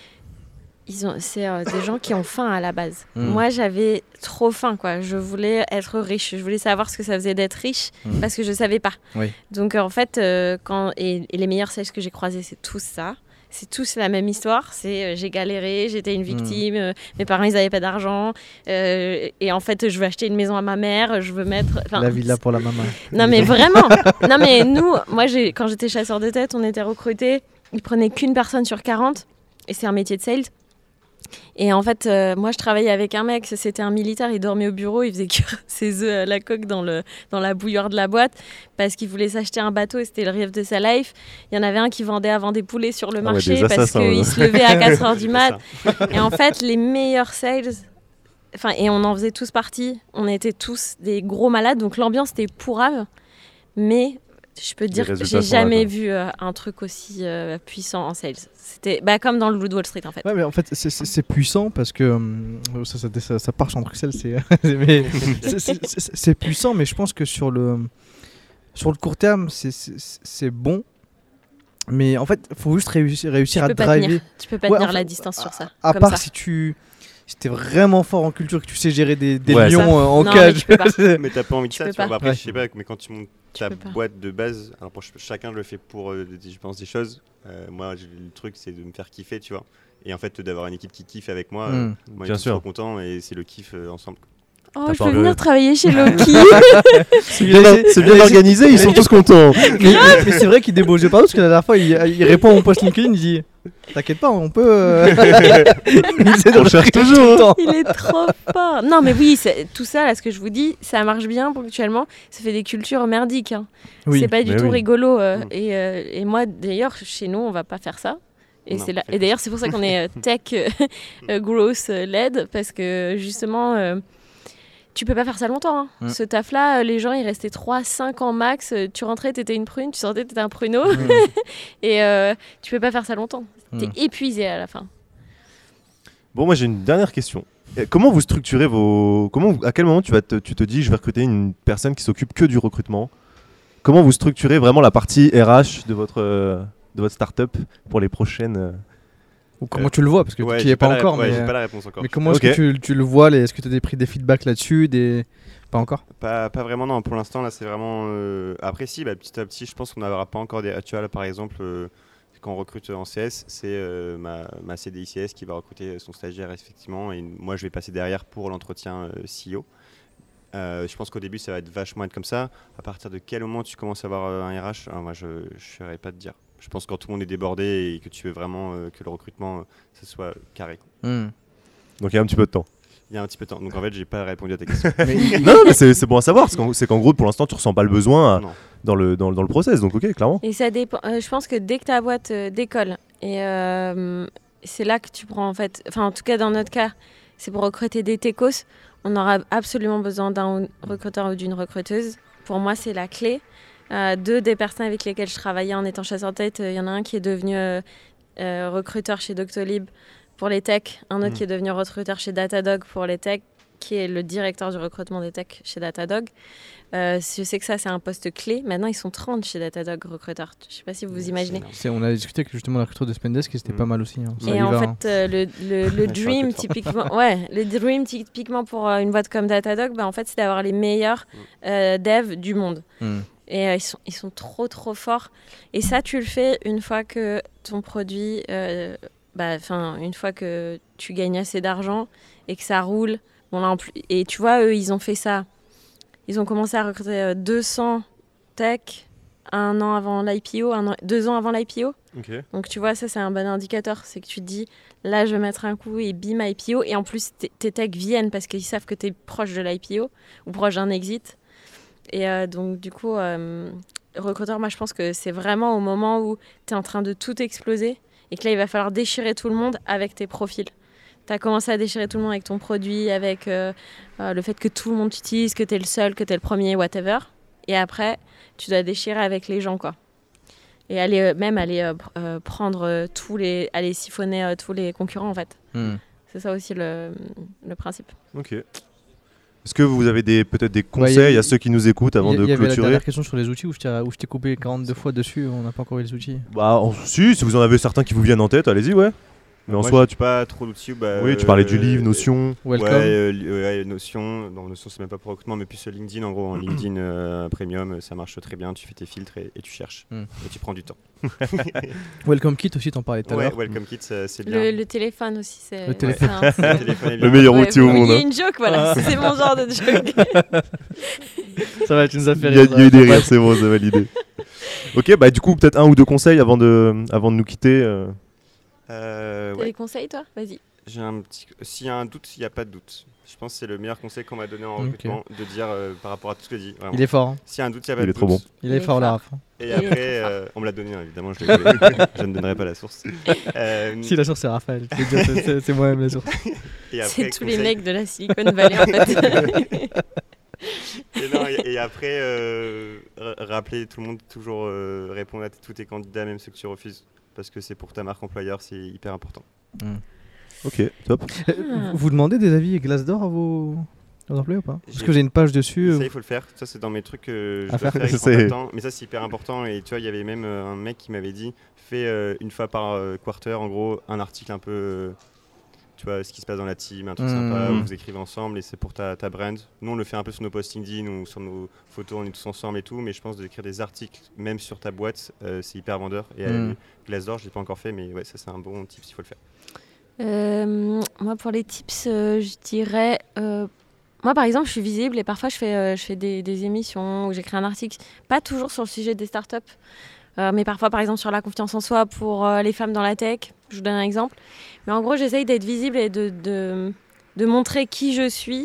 c'est des gens qui ont faim à la base. Moi, j'avais trop faim, quoi. Je voulais être riche, je voulais savoir ce que ça faisait d'être riche, parce que je savais pas. Oui. Donc en fait, et les meilleurs sales que j'ai croisés, c'est tous ça. C'est tous la même histoire, j'ai galéré, j'étais une victime, mes parents ils n'avaient pas d'argent, et en fait je veux acheter une maison à ma mère, je veux mettre... La villa pour la maman. Non mais vraiment, non mais nous, moi quand j'étais chasseur de tête, on était recrutés, ils prenaient qu'une personne sur 40, et c'est un métier de sales. Et en fait, moi je travaillais avec un mec, c'était un militaire, il dormait au bureau, il faisait cuire ses œufs à la coque dans la bouilloire de la boîte parce qu'il voulait s'acheter un bateau et c'était le rêve de sa life. Il y en avait un qui vendait avant des poulets sur le marché parce qu'il se levait à 4h du mat. Et en fait, les meilleurs sales, et on en faisait tous partie, on était tous des gros malades, donc l'ambiance était pourrave, mais... Je peux te dire que j'ai jamais vu un truc aussi puissant en sales. C'était comme dans le Loup de Wall Street en fait. Ouais, mais en fait c'est puissant parce que ça part en Bruxelles, c'est puissant, mais je pense que sur le court terme c'est bon. Mais en fait, faut juste réussir à driver. Tu peux pas tenir la distance sur ça. À part si t'es vraiment fort en culture, que tu sais gérer des lions en non, cage. Mais t'as pas envie de ça, tu vois. Après, je sais pas, mais quand tu montes ta boîte de base, alors pour chacun le fait pour, je pense, des choses. Moi, le truc, c'est de me faire kiffer, tu vois. Et en fait, d'avoir une équipe qui kiffe avec moi, moi je suis trop content et c'est le kiff ensemble. Oh, je peux venir travailler chez Loki. C'est bien organisé, ils sont tous contents. Mais c'est vrai qu'il débauche pas parce que la dernière fois, il répond à mon post LinkedIn, il dit t'inquiète pas, on peut. On cherche toujours. Il est trop fort. Non, mais oui, tout ça, là, ce que je vous dis, ça marche bien ponctuellement. Ça fait des cultures merdiques. Hein. Oui, c'est pas du tout rigolo. Et moi, d'ailleurs, chez nous, on va pas faire ça. Et d'ailleurs, c'est pour ça qu'on est tech growth led parce que justement. Tu peux pas faire ça longtemps. Hein. Ce taf-là, les gens, ils restaient 3-5 ans max. Tu rentrais, t'étais une prune. Tu sortais, t'étais un pruneau. Et tu peux pas faire ça longtemps. T'es épuisé à la fin. Bon, moi, j'ai une dernière question. Comment vous structurez à quel moment tu te dis, je vais recruter une personne qui s'occupe que du recrutement? Comment vous structurez vraiment la partie RH de votre start-up pour les prochaines Ou comment tu le vois, parce que tu n'y es pas encore. Ouais, mais j'ai pas la réponse encore. mais comment est-ce que tu le vois est-ce que tu as pris des feedbacks là-dessus Pas encore. Pas vraiment, non. Pour l'instant, là, c'est vraiment. Après, si, petit à petit, je pense qu'on n'aura pas encore des. Tu vois, là, par exemple, quand on recrute en CS, c'est ma CDICS qui va recruter son stagiaire, effectivement. Et moi, je vais passer derrière pour l'entretien CEO. Je pense qu'au début, ça va vachement être comme ça. À partir de quel moment tu commences à avoir un RH, moi, je ne saurais pas te dire. Je pense que quand tout le monde est débordé et que tu veux vraiment que le recrutement, ça soit carré. Donc, il y a un petit peu de temps. Il y a un petit peu de temps. Donc en fait, j'ai pas répondu à ta question. Non, mais c'est bon à savoir. C'est qu'en gros, pour l'instant, tu ressens pas le besoin dans le process. Donc, ok, clairement. Et ça dépend. Je pense que dès que ta boîte décolle, et c'est là que tu prends en fait. Enfin, en tout cas, dans notre cas, c'est pour recruter des techos. On aura absolument besoin d'un recruteur ou d'une recruteuse. Pour moi, c'est la clé. Deux des personnes avec lesquelles je travaillais en étant chasseur de tête, il y en a un qui est devenu recruteur chez Doctolib pour les techs, un autre qui est devenu recruteur chez Datadog pour les techs, qui est le directeur du recrutement des techs chez Datadog. Je sais que ça, c'est un poste clé. Maintenant, ils sont 30 chez Datadog recruteurs. Je ne sais pas si vous imaginez. On a discuté avec justement la recruteur de Spendesk et c'était pas mal aussi. Et en fait, le dream, typiquement pour une boîte comme Datadog, en fait, c'est d'avoir les meilleurs devs du monde. Et ils sont trop forts. Et ça, tu le fais une fois que ton produit... une fois que tu gagnes assez d'argent et que ça roule. Bon, là, et tu vois, eux, ils ont fait ça. Ils ont commencé à recruter 200 tech 2 ans avant l'IPO. Okay. Donc, tu vois, ça, c'est un bon indicateur. C'est que tu te dis, là, je vais mettre un coup et bim, IPO. Et en plus, tes techs viennent parce qu'ils savent que tu es proche de l'IPO ou proche d'un exit. Et donc, du coup, recruteur, moi, je pense que c'est vraiment au moment où tu es en train de tout exploser. Et que là, il va falloir déchirer tout le monde avec tes profils. Tu as commencé à déchirer tout le monde avec ton produit, avec le fait que tout le monde t'utilise, que tu es le seul, que tu es le premier, whatever. Et après, tu dois déchirer avec les gens, quoi. Et aller prendre aller siphonner tous les concurrents, en fait. C'est ça aussi le principe. Ok. Est-ce que vous avez peut-être des conseils à ceux qui nous écoutent avant de clôturer ? Il y avait la dernière question sur les outils où je t'ai coupé 42 fois dessus, on n'a pas encore eu les outils. Si vous en avez certains qui vous viennent en tête, allez-y, ouais. Mais en soi, tu pas trop d'outils. Oui, tu parlais du livre, Notion. Welcome. Notion. Non, Notion, c'est même pas pour recrutement, mais plus LinkedIn, en gros. LinkedIn Premium, ça marche très bien. Tu fais tes filtres et tu cherches. Et tu prends du temps. Welcome Kit aussi, t'en parlais tout à l'heure. Welcome Kit, c'est bien. Le téléphone aussi, c'est... Le téléphone. Le meilleur outil au monde. Il y a une joke, voilà. C'est mon genre de joke. Ça va, tu nous as fait rire. Il y a eu des rires, c'est bon, c'est validé. Ok, du coup, peut-être un ou deux conseils avant de nous quitter. T'as des conseils, toi ? Vas-y. S'il y a un doute, il n'y a pas de doute. Je pense que c'est le meilleur conseil qu'on m'a donné en recrutement, de dire par rapport à tout ce que je dis. Vraiment. Il est fort. S'il y a un doute, il n'y a pas de doute. Il est trop bon. Il est fort, là, Raph. Et après, on me l'a donné, évidemment, je ne donnerai pas la source. Si, la source, c'est Raphaël. C'est moi-même la source. C'est tous les mecs de la Silicon Valley, en fait. Et après, rappeler tout le monde, toujours répondre à tous tes candidats, même ceux que tu refuses. Parce que c'est pour ta marque employeur, c'est hyper important. Ok, top. Vous demandez des avis Glassdoor à vos employés ou pas ? Parce que j'ai une page dessus. Ça, il faut le faire. Ça, c'est dans mes trucs que je dois faire. Mais ça, c'est hyper important. Et tu vois, il y avait même un mec qui m'avait dit, fais une fois par quarter, en gros, un article un peu... tu vois, ce qui se passe dans la team, un truc sympa, où vous écrivez ensemble et c'est pour ta brand. Nous, on le fait un peu sur nos posts LinkedIn ou sur nos photos, on est tous ensemble et tout, mais je pense d'écrire des articles, même sur ta boîte, c'est hyper vendeur. Et Glassdoor, je ne l'ai pas encore fait, mais ouais, ça, c'est un bon tip s'il faut le faire. Moi, pour les tips, je dirais... moi, par exemple, je suis visible et parfois, je fais des émissions où j'écris un article, pas toujours sur le sujet des startups, mais parfois, par exemple, sur la confiance en soi pour les femmes dans la tech. Je vous donne un exemple. Mais en gros, j'essaye d'être visible et de montrer qui je suis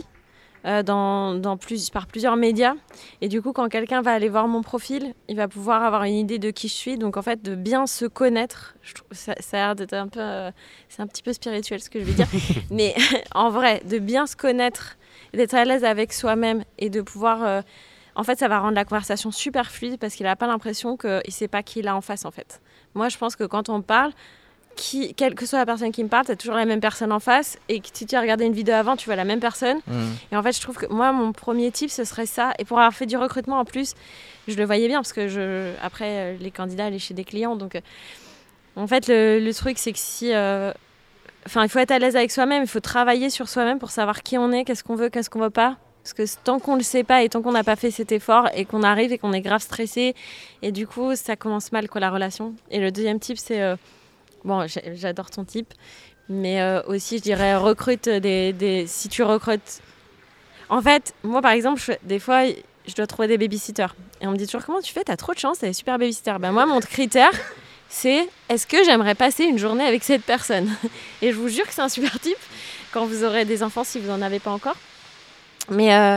par plusieurs médias. Et du coup, quand quelqu'un va aller voir mon profil, il va pouvoir avoir une idée de qui je suis. Donc, en fait, de bien se connaître. Je trouve, ça a l'air d'être un peu... c'est un petit peu spirituel, ce que je vais dire. Mais en vrai, de bien se connaître, d'être à l'aise avec soi-même et de pouvoir... en fait, ça va rendre la conversation super fluide parce qu'il n'a pas l'impression qu'il ne sait pas qui il a en face, en fait. Moi, je pense que quand on parle... quelle que soit la personne qui me parle, t'as toujours la même personne en face et que si tu as regardé une vidéo avant, tu vois la même personne. Et en fait, je trouve que moi, mon premier tip, ce serait ça. Et pour avoir fait du recrutement en plus, je le voyais bien parce que après, les candidats allaient chez des clients. Donc, En fait, le truc, c'est que si... il faut être à l'aise avec soi-même, il faut travailler sur soi-même pour savoir qui on est, qu'est-ce qu'on veut pas. Parce que tant qu'on le sait pas et tant qu'on n'a pas fait cet effort et qu'on arrive et qu'on est grave stressé, et du coup, ça commence mal, la relation. Et le deuxième type, c'est... j'adore ton type, mais aussi, je dirais, recrute si tu recrutes... En fait, moi, par exemple, des fois, je dois trouver des babysitters. Et on me dit toujours, comment tu fais ? T'as trop de chance, t'as des super babysitters. Moi, mon critère... c'est est-ce que j'aimerais passer une journée avec cette personne ? Et je vous jure que c'est un super type quand vous aurez des enfants, si vous n'en avez pas encore. Mais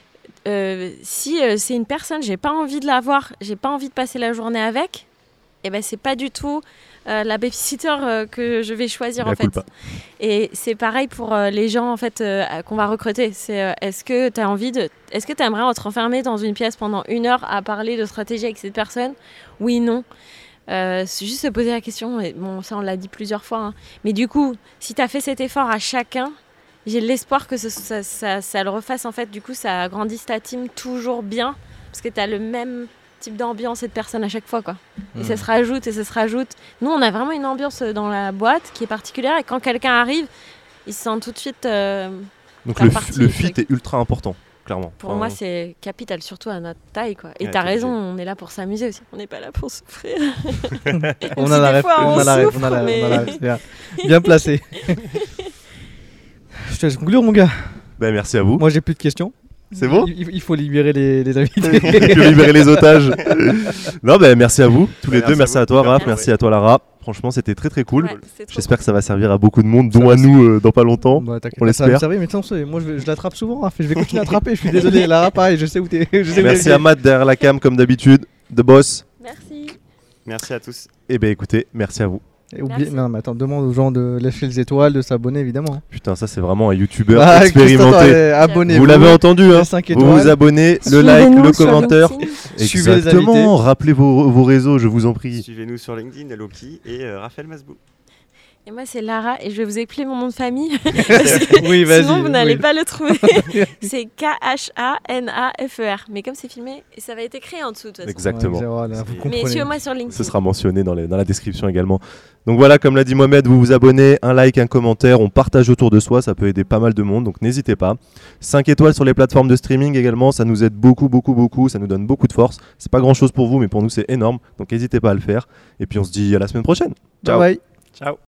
si c'est une personne, j'ai pas envie de la voir, j'ai pas envie de passer la journée avec, c'est pas du tout la babysitter que je vais choisir en fait. Et c'est pareil pour les gens en fait qu'on va recruter. C'est est-ce que tu aimerais être enfermé dans une pièce pendant 1 heure à parler de stratégie avec cette personne ? Oui, non. C'est juste se poser la question, et bon, ça on l'a dit plusieurs fois, hein. Mais du coup, si tu as fait cet effort à chacun, j'ai l'espoir que ça le refasse en fait, du coup ça agrandisse ta team toujours bien, parce que tu as le même type d'ambiance et de personnes à chaque fois, quoi. Et ça se rajoute et ça se rajoute. Nous on a vraiment une ambiance dans la boîte qui est particulière, et quand quelqu'un arrive, il se sent tout de suite donc le fit est ultra important. Clairement. Pour moi, c'est capital, surtout à notre taille, quoi. Et t'as raison, on est là pour s'amuser aussi. On n'est pas là pour souffrir. On a la ref, bien placé. Je te laisse conclure, mon gars. Merci à vous. Moi, j'ai plus de questions. C'est bon ? Il faut libérer les invités. Il faut libérer les otages. Non, merci à vous, tous les deux. Merci à toi, Raph. Merci à toi, Lara. Franchement, c'était très très cool. Ouais, j'espère que ça va servir à beaucoup de monde, dont à nous dans pas longtemps. On l'espère. Ça va me servir, mais moi je l'attrape souvent, Raph. Je vais continuer à attraper. Je suis désolé, Lara, pareil, je sais où t'es. Merci à Matt derrière la cam, comme d'habitude. The Boss. Merci. Merci à tous. Écoutez, merci à vous. Non, mais attends, demande aux gens de lâcher les étoiles, de s'abonner évidemment. Putain, ça c'est vraiment un youtubeur expérimenté. Abonnez-vous. Vous l'avez entendu, hein. Vous vous abonnez, le like, le commentaire. Suivez les Exactement. Rappelez vos réseaux, je vous en prie. Suivez-nous sur LinkedIn, Loki et Raphaël Masbou. Et moi c'est Lara et je vais vous épeler mon nom de famille. Oui, vas-y. Sinon vous n'allez pas le trouver. C'est Khanafer. Mais comme c'est filmé, ça va être écrit en dessous de toute façon. Exactement. Ouais, voilà, mais suivez-moi sur LinkedIn. Ce sera mentionné dans la description également. Donc voilà, comme l'a dit Mohamed, vous vous abonnez, un like, un commentaire, on partage autour de soi, ça peut aider pas mal de monde, donc n'hésitez pas. 5 étoiles sur les plateformes de streaming également, ça nous aide beaucoup, ça nous donne beaucoup de force. C'est pas grand chose pour vous, mais pour nous c'est énorme, donc n'hésitez pas à le faire. Et puis on se dit à la semaine prochaine. Ciao. Bye. Ciao.